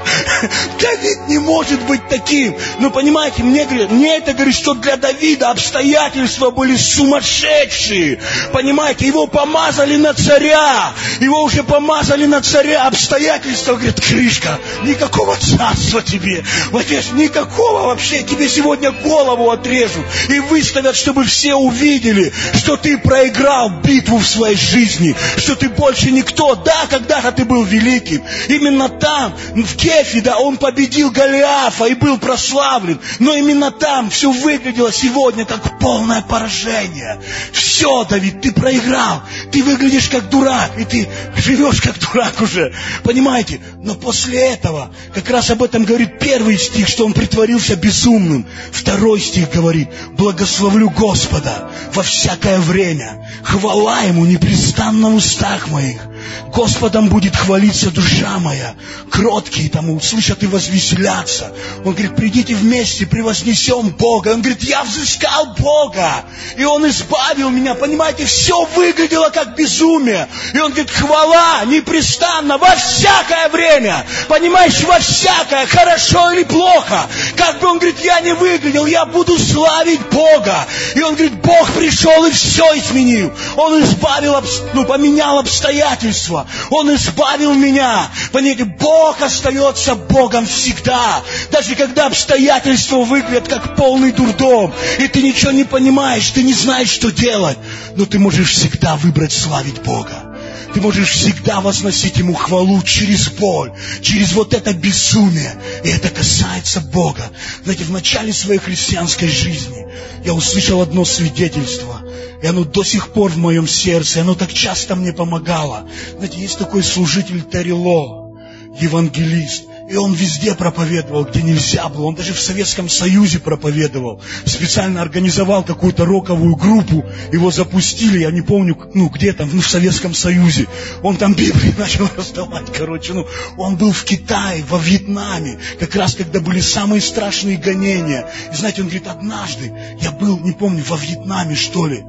[SPEAKER 1] Давид не может быть таким. Но понимаете, мне, мне это говорит, что для Давида обстоятельства были сумасшедшие. Понимаете, его помазали на царя. Его уже помазали на царя. Обстоятельства, говорит, крышка, никакого царства тебе. Вот видишь, никакого вообще. Тебе сегодня голову отрежут. И выставят, чтобы все увидели, что ты проиграл битву в своей жизни. Что ты больше никто. Да, когда-то ты был великим. Именно там, в Кефе, да, он победил Голиафа и был прославлен. Но именно там все выглядело сегодня как полное поражение. Все, Давид, ты проиграл. Ты выглядишь как дурак. И ты живешь как дурак уже. Понимаете? Но после этого, как раз об этом говорит первый стих, что он притворился безумным. Второй стих говорит, благословлю Господа во всякое время. Хвала Ему непрестанно в устах моих. Господом будет хвалиться душа моя. Кроткие тому услышат и возвеселятся. Он говорит, придите вместе, превознесем Бога. Он говорит, я взыскал Бога. И Он избавил меня. Понимаете, все выглядело как безумие. И Он говорит, хвала непрестанно во всякое время. Понимаешь, во всякое, хорошо или плохо. Как бы Он говорит, я не выглядел, я буду славить Бога. И Он говорит, Бог пришел и все изменил. Он избавил, ну, поменял обстоятельства. Он избавил меня. Понимаете, Бог остается Богом всегда. Даже когда обстоятельства выглядят как полный дурдом, и ты ничего не понимаешь, ты не знаешь, что делать, но ты можешь всегда выбрать славить Бога. Ты можешь всегда возносить Ему хвалу через боль, через вот это безумие. И это касается Бога. Знаете, в начале своей христианской жизни я услышал одно свидетельство. И оно до сих пор в моем сердце, оно так часто мне помогало. Знаете, есть такой служитель Терри Ло, евангелист. И он везде проповедовал, где нельзя было. Он даже в Советском Союзе проповедовал. Специально организовал какую-то роковую группу. Его запустили, я не помню, ну, где там, ну, в Советском Союзе. Он там Библии начал раздавать, короче. Ну, он был в Китае, во Вьетнаме. Как раз, когда были самые страшные гонения. И знаете, он говорит, однажды я был, не помню, во Вьетнаме, что ли.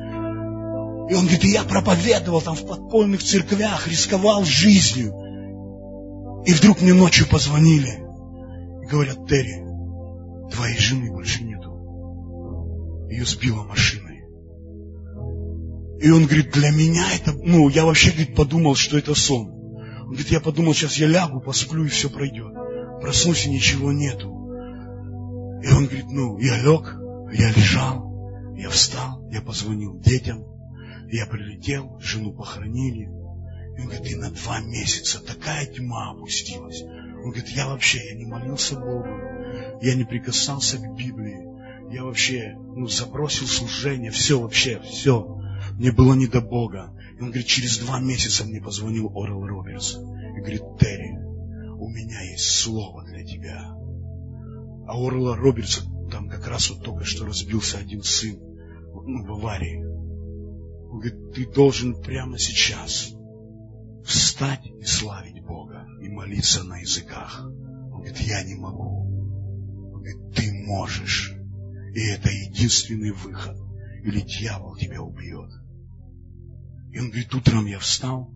[SPEAKER 1] И он говорит, и я проповедовал там в подпольных церквях, рисковал жизнью. И вдруг мне ночью позвонили и говорят, Терри, твоей жены больше нету. Ее сбила машиной. И он говорит, для меня это, ну, я вообще, говорит, подумал, что это сон. Он говорит, я подумал, сейчас я лягу, посплю, и все пройдет. Проснусь, и ничего нету. И он говорит, ну, я лег, я лежал, я встал, я позвонил детям, я прилетел, жену похоронили. И он говорит, и на два месяца такая тьма опустилась. Он говорит, я вообще, я не молился Богу, я не прикасался к Библии, я вообще, ну, забросил служение, все вообще, все. Мне было не до Бога. И он говорит, через два месяца мне позвонил Орел Робертс. И говорит, Терри, у меня есть слово для тебя. А у Орела Робертса там как раз вот только что разбился один сын, ну, в аварии. Он говорит, ты должен прямо сейчас встать и славить Бога, и молиться на языках. говорит, я не могу. Он говорит, ты можешь. И это единственный выход. Или дьявол тебя убьет. И он говорит, утром я встал,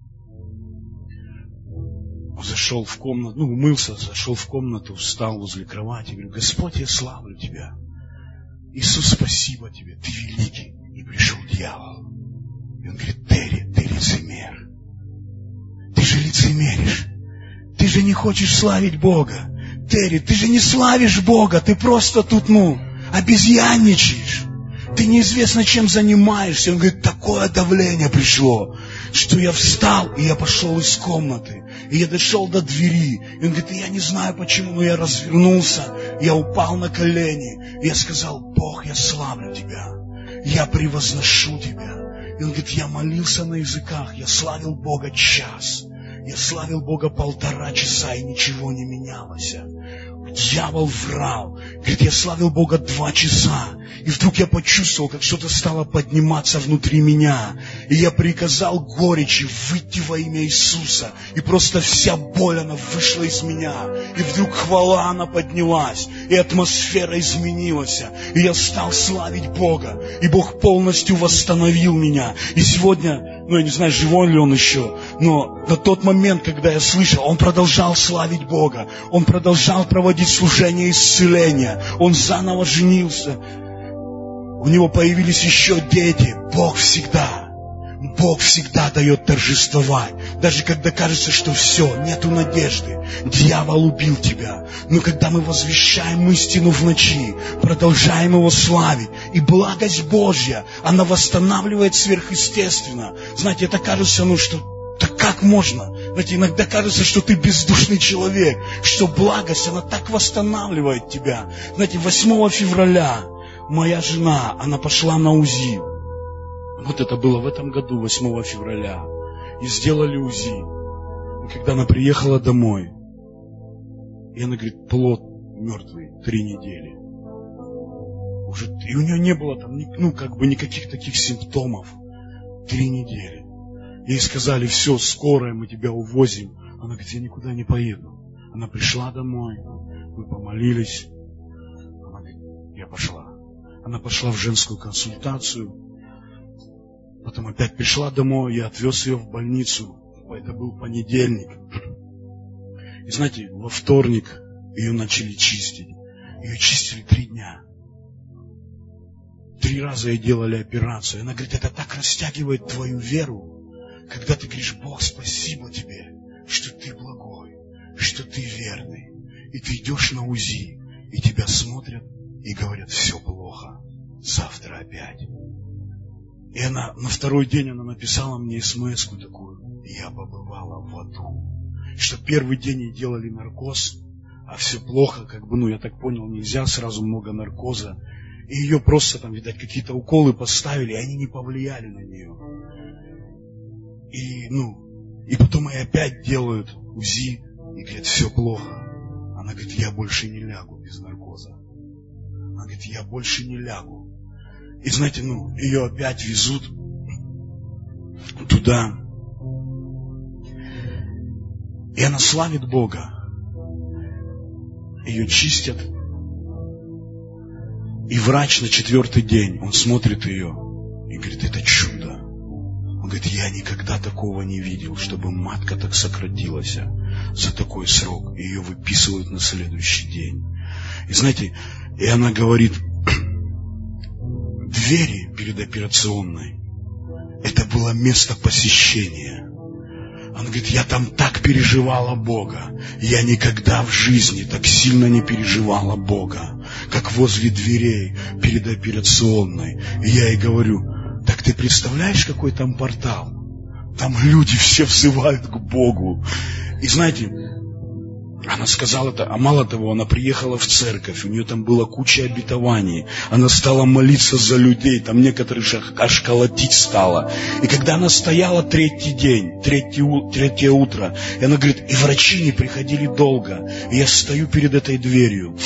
[SPEAKER 1] зашел в комнату, ну, умылся, зашел в комнату, встал возле кровати, говорю, Господь, я славлю Тебя. Иисус, спасибо Тебе, Ты великий. И пришел дьявол. И он говорит, Терри, ты лицемер. Ты же лицемеришь. Ты же не хочешь славить Бога. Терри, ты же не славишь Бога. Ты просто тут, ну, обезьянничаешь. Ты неизвестно чем занимаешься. Он говорит, такое давление пришло, что я встал, и я пошел из комнаты. И я дошел до двери. И он говорит, я не знаю почему, но я развернулся. Я упал на колени. И я сказал, Бог, я славлю Тебя. Я превозношу Тебя. И он говорит, я молился на языках. Я славил Бога час. Я славил Бога полтора часа, и ничего не менялось. Дьявол врал. Говорит, я славил Бога два часа. И вдруг я почувствовал, как что-то стало подниматься внутри меня. И я приказал горечи выйти во имя Иисуса. И просто вся боль, она вышла из меня. И вдруг хвала, она поднялась. И атмосфера изменилась. И я стал славить Бога. И Бог полностью восстановил меня. И сегодня, ну я не знаю, живой ли он еще, но на тот момент, когда я слышал, он продолжал славить Бога. Он продолжал проводить служение исцеления. Он заново женился. У него появились еще дети. Бог всегда, Бог всегда дает торжествовать. Даже когда кажется, что все, нету надежды. Дьявол убил тебя. Но когда мы возвещаем истину в ночи, продолжаем его славить, и благость Божья, она восстанавливает сверхъестественно. Знаете, это кажется, ну что... Так как можно? Знаете, иногда кажется, что ты бездушный человек, что благость, она так восстанавливает тебя. Знаете, восьмого февраля моя жена, она пошла на УЗИ. Вот это было в этом году, восьмого февраля. И сделали УЗИ. И когда она приехала домой, и она говорит, плод мертвый, три недели. Уже, и у нее не было там, ну, как бы никаких таких симптомов. Три недели. Ей сказали, все, скорая, мы тебя увозим. Она говорит, я никуда не поеду. Она пришла домой, мы помолились. Она говорит, я пошла. Она пошла в женскую консультацию. Потом опять пришла домой, я отвез ее в больницу. Это был понедельник. И знаете, во вторник ее начали чистить. Ее чистили три дня. Три раза ей делали операцию. Она говорит, это так растягивает твою веру. Когда ты говоришь, Бог, спасибо Тебе, что Ты благой, что Ты верный. И ты идешь на УЗИ, и тебя смотрят и говорят, все плохо, завтра опять. И она на второй день она написала мне смс-ку такую, я побывала в аду. Что первый день ей делали наркоз, а все плохо, как бы, ну я так понял, нельзя сразу много наркоза. И ее просто там, видать, какие-то уколы поставили, и они не повлияли на нее. И, ну, и потом ей опять делают УЗИ и говорят, все плохо. Она говорит, я больше не лягу без наркоза. Она говорит, я больше не лягу. И знаете, ну, ее опять везут туда. И она славит Бога. Ее чистят. И врач на четвертый день, он смотрит ее и говорит, это чудо. Он говорит, я никогда такого не видел, чтобы матка так сократилась за такой срок. И ее выписывают на следующий день. И знаете, и она говорит, двери перед операционной, это было место посещения. Она говорит, я там так переживала Бога. Я никогда в жизни так сильно не переживала Бога, как возле дверей перед операционной. И я ей говорю, так ты представляешь, какой там портал? Там люди все взывают к Богу. И знаете, она сказала это, а мало того, она приехала в церковь, у нее там была куча обетований. Она стала молиться за людей, там некоторых аж колотить стала. И когда она стояла третий день, третье, третье утро, и она говорит, и врачи не приходили долго. И я стою перед этой дверью,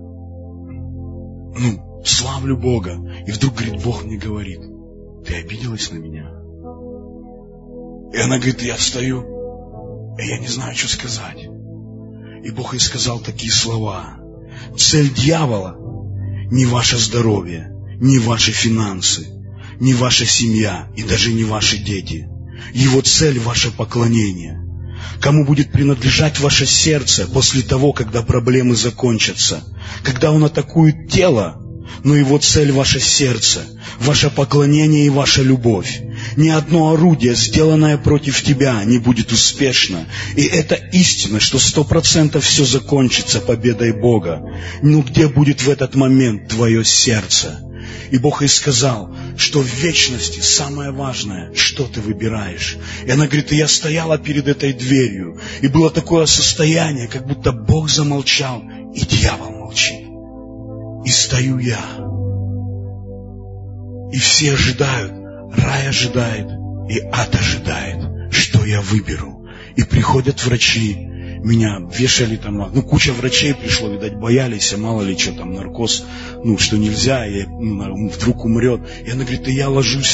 [SPEAKER 1] ну, славлю Бога. И вдруг, говорит, Бог мне говорит, ты обиделась на меня? И она говорит, я встаю, и я не знаю, что сказать. И Бог ей сказал такие слова. Цель дьявола не ваше здоровье, не ваши финансы, не ваша семья и даже не ваши дети. Его цель – ваше поклонение. Кому будет принадлежать ваше сердце после того, когда проблемы закончатся? Когда он атакует тело, но его цель – ваше сердце, ваше поклонение и ваша любовь. Ни одно орудие, сделанное против тебя, не будет успешно. И это истина, что сто процентов все закончится победой Бога. Но где будет в этот момент твое сердце? И Бог ей сказал, что в вечности самое важное, что ты выбираешь. И она говорит, и я стояла перед этой дверью, и было такое состояние, как будто Бог замолчал, и дьявол молчит. И стою я. И все ожидают, рай ожидает, и ад ожидает, что я выберу. И приходят врачи, меня вешали там, ну, куча врачей пришло, видать, боялись, а мало ли что там, наркоз, ну, что нельзя, и ну, вдруг умрет. И она говорит, и я ложусь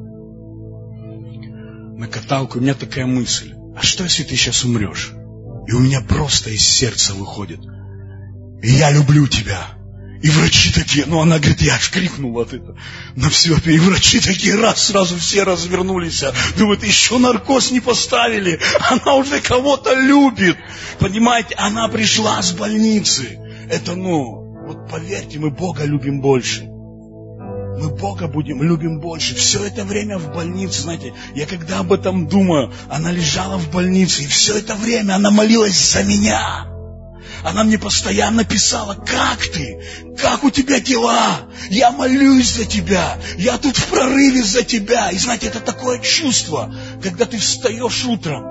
[SPEAKER 1] на каталку, у меня такая мысль, а что, если ты сейчас умрешь? И у меня просто из сердца выходит, и я люблю тебя. И врачи такие, ну она говорит, я аж крикнул от этого на все, и врачи такие, раз, сразу все развернулись, думают, еще наркоз не поставили, она уже кого-то любит, понимаете, она пришла с больницы, это, ну, вот поверьте, мы Бога любим больше, мы Бога будем, любим больше, все это время в больнице, знаете, я когда об этом думаю, она лежала в больнице, и все это время она молилась за меня. Она мне постоянно писала, как ты? Как у тебя дела? Я молюсь за тебя. Я тут в прорыве за тебя. И знаете, это такое чувство, когда ты встаешь утром,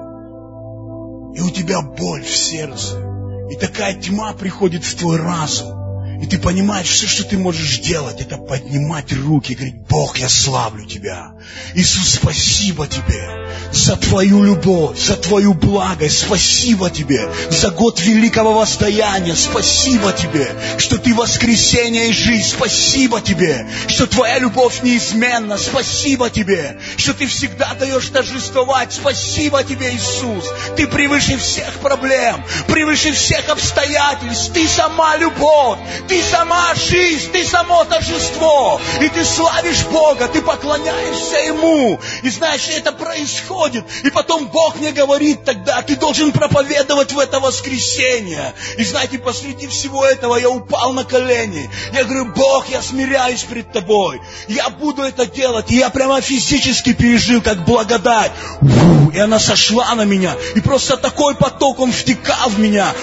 [SPEAKER 1] и у тебя боль в сердце. И такая тьма приходит в твой разум. И ты понимаешь, все, что ты можешь делать, это поднимать руки и говорить, Бог, я славлю Тебя. Иисус, спасибо Тебе за Твою любовь, за Твою благость. Спасибо Тебе за год великого воздаяния. Спасибо Тебе, что Ты воскресение и жизнь. Спасибо Тебе, что Твоя любовь неизменна. Спасибо Тебе, что Ты всегда даешь торжествовать. Спасибо Тебе, Иисус. Ты превыше всех проблем, превыше всех обстоятельств. Ты сама любовь. Ты сама жизнь, ты само торжество. И ты славишь Бога, ты поклоняешься Ему. И знаешь, это происходит. И потом Бог мне говорит тогда, ты должен проповедовать в это воскресенье. И знаете, посреди всего этого я упал на колени. Я говорю, Бог, я смиряюсь пред Тобой. Я буду это делать. И я прямо физически пережил, как благодать. И она сошла на меня. И просто такой поток, он втекал в меня.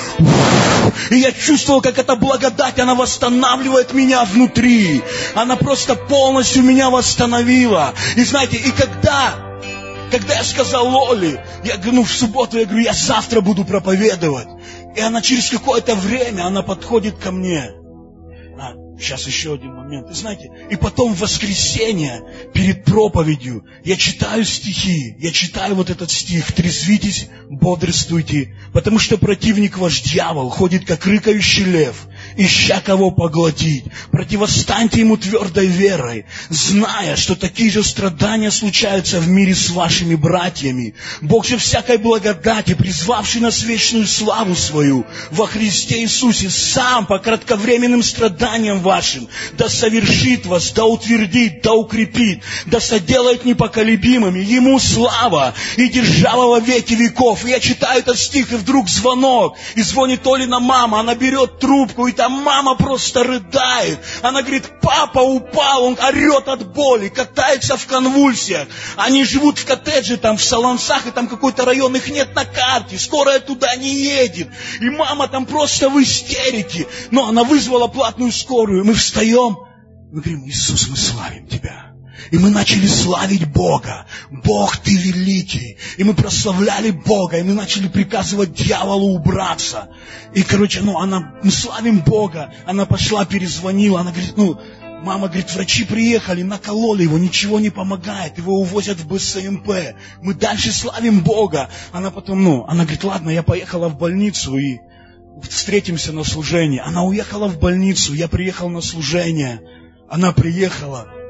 [SPEAKER 1] И я чувствовал, как эта благодать, она восстанавливает меня внутри. Она просто полностью меня восстановила. И знаете, и когда, когда я сказал Лоле, я говорю, ну в субботу, я говорю, я завтра буду проповедовать. И она через какое-то время, она подходит ко мне. А, сейчас еще один момент. И знаете, и потом в воскресенье, перед проповедью, я читаю стихи, я читаю вот этот стих, трезвитесь, бодрствуйте, потому что противник ваш дьявол ходит, как рыкающий лев, ища кого поглотить. Противостаньте ему твердой верой, зная, что такие же страдания случаются в мире с вашими братьями. Бог же всякой благодати, призвавший нас в вечную славу свою во Христе Иисусе, сам по кратковременным страданиям вашим, да совершит вас, да утвердит, да укрепит, да соделает непоколебимыми. Ему слава и держава во веки веков. И я читаю этот стих, и вдруг звонок, и звонит Олина мама, она берет трубку, и там мама просто рыдает. Она говорит, папа упал, он орет от боли, катается в конвульсиях. Они живут в коттедже, там в Солонцах, и там какой-то район, их нет на карте, скорая туда не едет. И мама там просто в истерике. Но она вызвала платную скорую, мы встаем, мы говорим, Иисус, мы славим Тебя. И мы начали славить Бога. Бог, Ты великий. И мы прославляли Бога. И мы начали приказывать дьяволу убраться. И, короче, ну, она, мы славим Бога. Она пошла, перезвонила. Она говорит, ну, мама говорит, врачи приехали, накололи его, ничего не помогает. Его увозят в бэ эс эм пэ. Мы дальше славим Бога. Она потом, ну, она говорит, ладно, я поехала в больницу и встретимся на служении. Она уехала в больницу, я приехал на служение. Она приехала.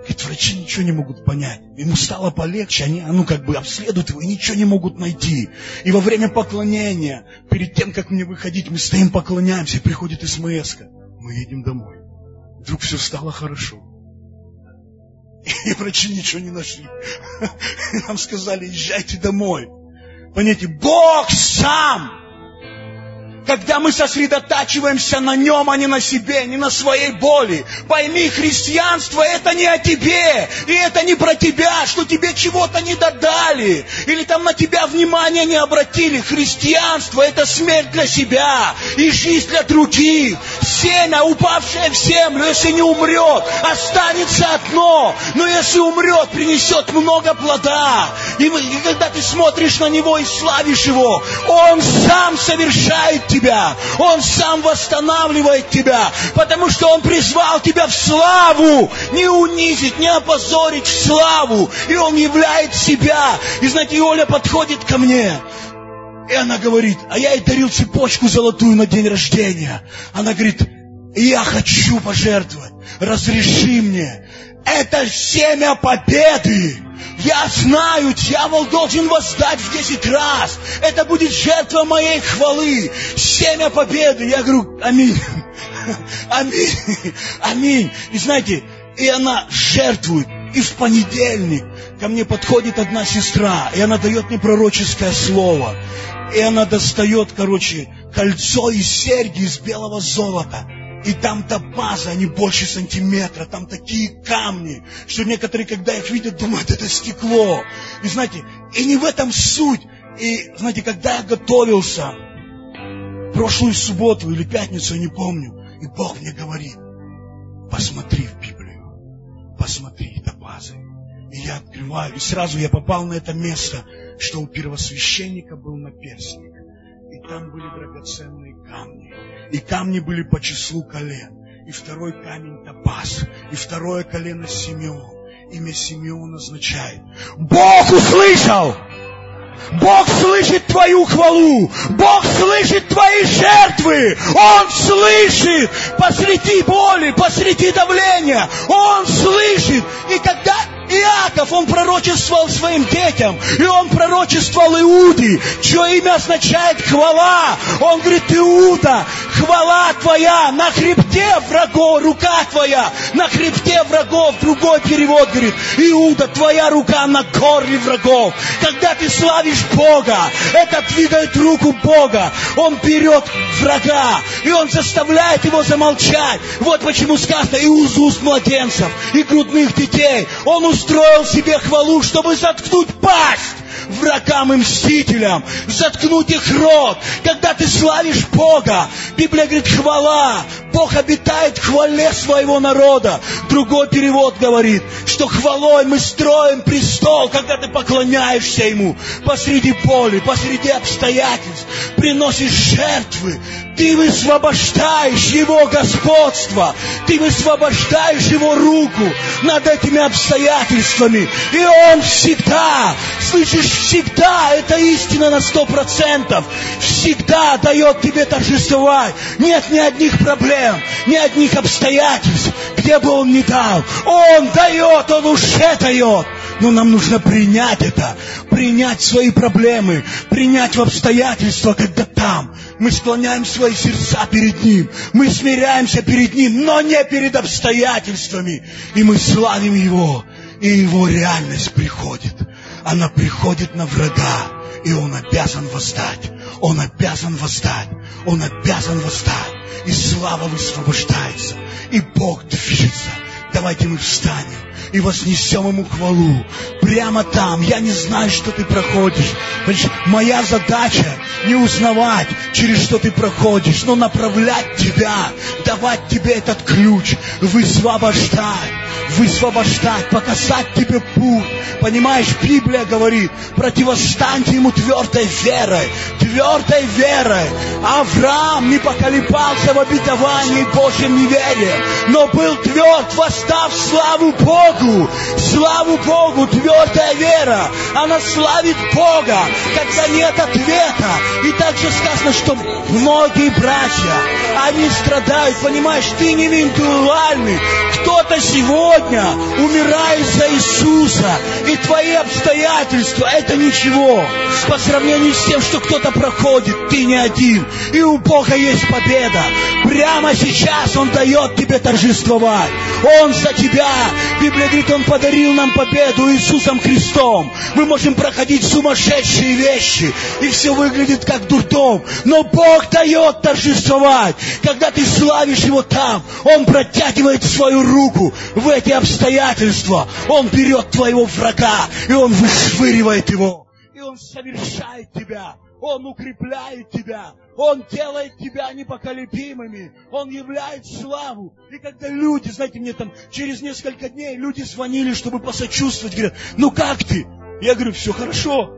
[SPEAKER 1] Говорит, врачи ничего не могут понять. Ему стало полегче, они, ну, как бы обследуют его и ничего не могут найти. И во время поклонения, перед тем, как мне выходить, мы стоим, поклоняемся, и приходит смс-ка. Мы едем домой. Вдруг все стало хорошо. И врачи ничего не нашли. Нам сказали, езжайте домой. Понимаете, Бог сам. Когда мы сосредотачиваемся на Нем, а не на себе, не на своей боли. Пойми, христианство это не о тебе. И это не про тебя, что тебе чего-то не додали. Или там на тебя внимание не обратили. Христианство это смерть для себя. И жизнь для других. Семя, упавшее в землю, если не умрет, останется одно. Но если умрет, принесет много плода. И, и когда ты смотришь на Него и славишь Его, Он сам совершает тебя. Тебя. Он сам восстанавливает тебя, потому что Он призвал тебя в славу, не унизить, не опозорить в славу, и Он являет себя. И знаете, Оля подходит ко мне, и она говорит, а я ей дарил цепочку золотую на день рождения. Она говорит, я хочу пожертвовать, разреши мне. Это семя победы. Я знаю, дьявол должен воздать в десять раз. Это будет жертва моей хвалы. Семя победы. Я говорю, аминь. Аминь. Аминь. И знаете, и она жертвует. И в понедельник ко мне подходит одна сестра, и она дает мне пророческое слово. И она достает, короче, кольцо и серьги из белого золота. И там топазы, они больше сантиметра, там такие камни, что некоторые, когда их видят, думают, это стекло. И знаете, и не в этом суть. И знаете, когда я готовился, прошлую субботу или пятницу, я не помню, и Бог мне говорит, посмотри в Библию, посмотри топазы. И я открываю, и сразу я попал на это место, что у первосвященника был наперстник. И там были драгоценные камни. И камни были по числу колен. И второй камень топаз. И второе колено Симеон. Имя Симеон означает: Бог услышал! Бог слышит твою хвалу! Бог слышит твои жертвы! Он слышит! Посреди боли, посреди давления! Он слышит! И когда Иаков, он пророчествовал своим детям, и он пророчествовал Иуде, чье имя означает хвала. Он говорит, Иуда, хвала твоя на хребте врагов, рука твоя на хребте врагов. Другой перевод говорит, Иуда, твоя рука на горле врагов. Когда ты славишь Бога, это двигает руку Бога. Он берет врага, и он заставляет его замолчать. Вот почему сказано, и из уст младенцев, и грудных детей он устроил себе хвалу, чтобы заткнуть пасть врагам и мстителям, заткнуть их рот. Когда ты славишь Бога, Библия говорит, хвала. Бог обитает в хвале своего народа. Другой перевод говорит, что хвалой мы строим престол, когда ты поклоняешься Ему посреди боли, посреди обстоятельств, приносишь жертвы. Ты высвобождаешь Его господство, ты высвобождаешь Его руку над этими обстоятельствами. И Он всегда, слышишь, всегда, это истина на сто процентов, всегда дает тебе торжествовать. Нет ни одних проблем, ни одних обстоятельств, где бы Он ни дал. Он дает, Он уже дает. Но нам нужно принять это, принять свои проблемы, принять в обстоятельства, когда там мы склоняем свои сердца перед Ним, мы смиряемся перед Ним, но не перед обстоятельствами. И мы славим Его, и Его реальность приходит. Она приходит на врага, и Он обязан восстать. Он обязан восстать. Он обязан восстать. И слава высвобождается. И Бог движется. Давайте мы встанем и вознесем Ему хвалу. Прямо там. Я не знаю, что ты проходишь. Моя задача не узнавать, через что ты проходишь, но направлять тебя, давать тебе этот ключ, высвобождать, высвобождать, показать тебе путь. Понимаешь, Библия говорит, противостаньте Ему твердой верой, твердой верой. Авраам не поколебался в обетовании Божьем неверием, но был тверд, восстав в славу Богу. Славу Богу, твердая вера. Она славит Бога, когда нет ответа. И также сказано, что многие братья, они страдают, понимаешь, ты не индивидуальный. Кто-то сегодня сегодня умираешь за Иисуса, и твои обстоятельства — это ничего по сравнению с тем, что кто-то проходит. Ты не один, и у Бога есть победа. Прямо сейчас Он дает тебе торжествовать. Он за тебя. Библия говорит, Он подарил нам победу Иисусом Христом. Мы можем проходить сумасшедшие вещи, и все выглядит как дурдом, но Бог дает торжествовать. Когда ты славишь Его там, Он протягивает свою руку в эти обстоятельства. Он берет твоего врага, и Он вышвыривает его. И Он совершает тебя. Он укрепляет тебя. Он делает тебя непоколебимыми. Он являет славу. И когда люди, знаете, мне там через несколько дней люди звонили, чтобы посочувствовать, говорят, ну как ты? Я говорю, все хорошо.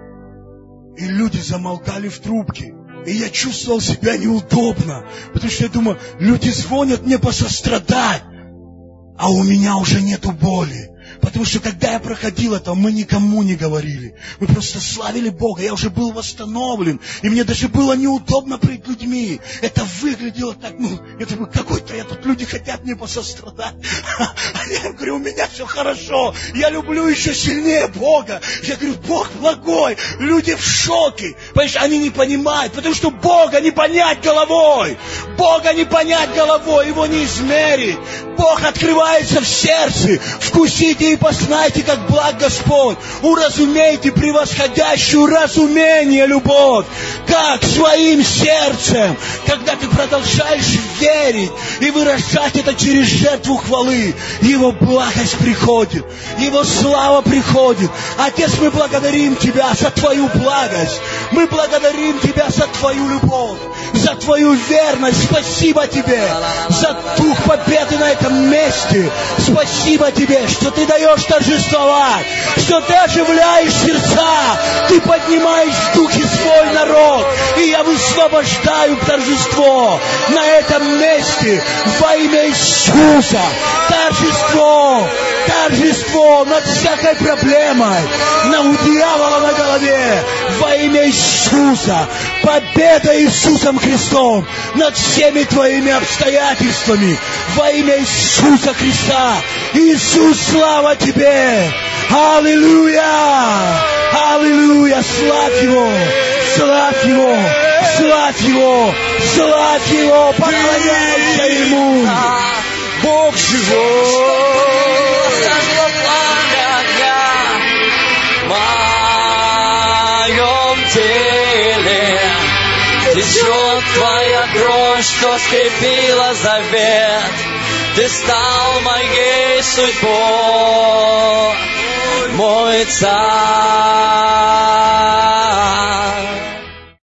[SPEAKER 1] И люди замолкали в трубке. И я чувствовал себя неудобно. Потому что я думаю, люди звонят мне посострадать. А у меня уже нету боли. Потому что когда я проходил это, мы никому не говорили. Мы просто славили Бога. Я уже был восстановлен. И мне даже было неудобно перед людьми. Это выглядело так, ну, я думаю, какой-то я тут, люди хотят мне посострадать. А я говорю, у меня все хорошо. Я люблю еще сильнее Бога. Я говорю, Бог благой. Люди в шоке. Понимаешь, они не понимают. Потому что Бога не понять головой. Бога не понять головой. Его не измерить. Бог открывается в сердце. Вкусите и познайте, как благ Господь. Уразумейте превосходящую разумение любовь. Как своим сердцем. Когда ты продолжаешь верить и выражать это через жертву хвалы, Его благость приходит. Его слава приходит. Отец, мы благодарим Тебя за Твою благость. Мы благодарим Тебя за Твою любовь. За Твою верность. Спасибо Тебе за дух победы на этом месте. Спасибо Тебе, что Ты даешь торжествовать, что Ты оживляешь сердца, Ты поднимаешь в духе свой народ. И я высвобождаю торжество на этом месте во имя Иисуса. Торжество, торжество над всякой проблемой, на у дьявола на голове во имя Иисуса. Победа Иисусом Христом над всеми твоими обстоятельствами во имя Иисуса Христа. Иисус, слава Тебе! Аллилуйя! Аллилуйя! Славь Его! Славь Его! Славь Его! Славь Его! Поклоняйся Ему! Бог живой!
[SPEAKER 2] Течет Твоя кровь, что скрепила завет. Ты стал моей судьбой, мой царь.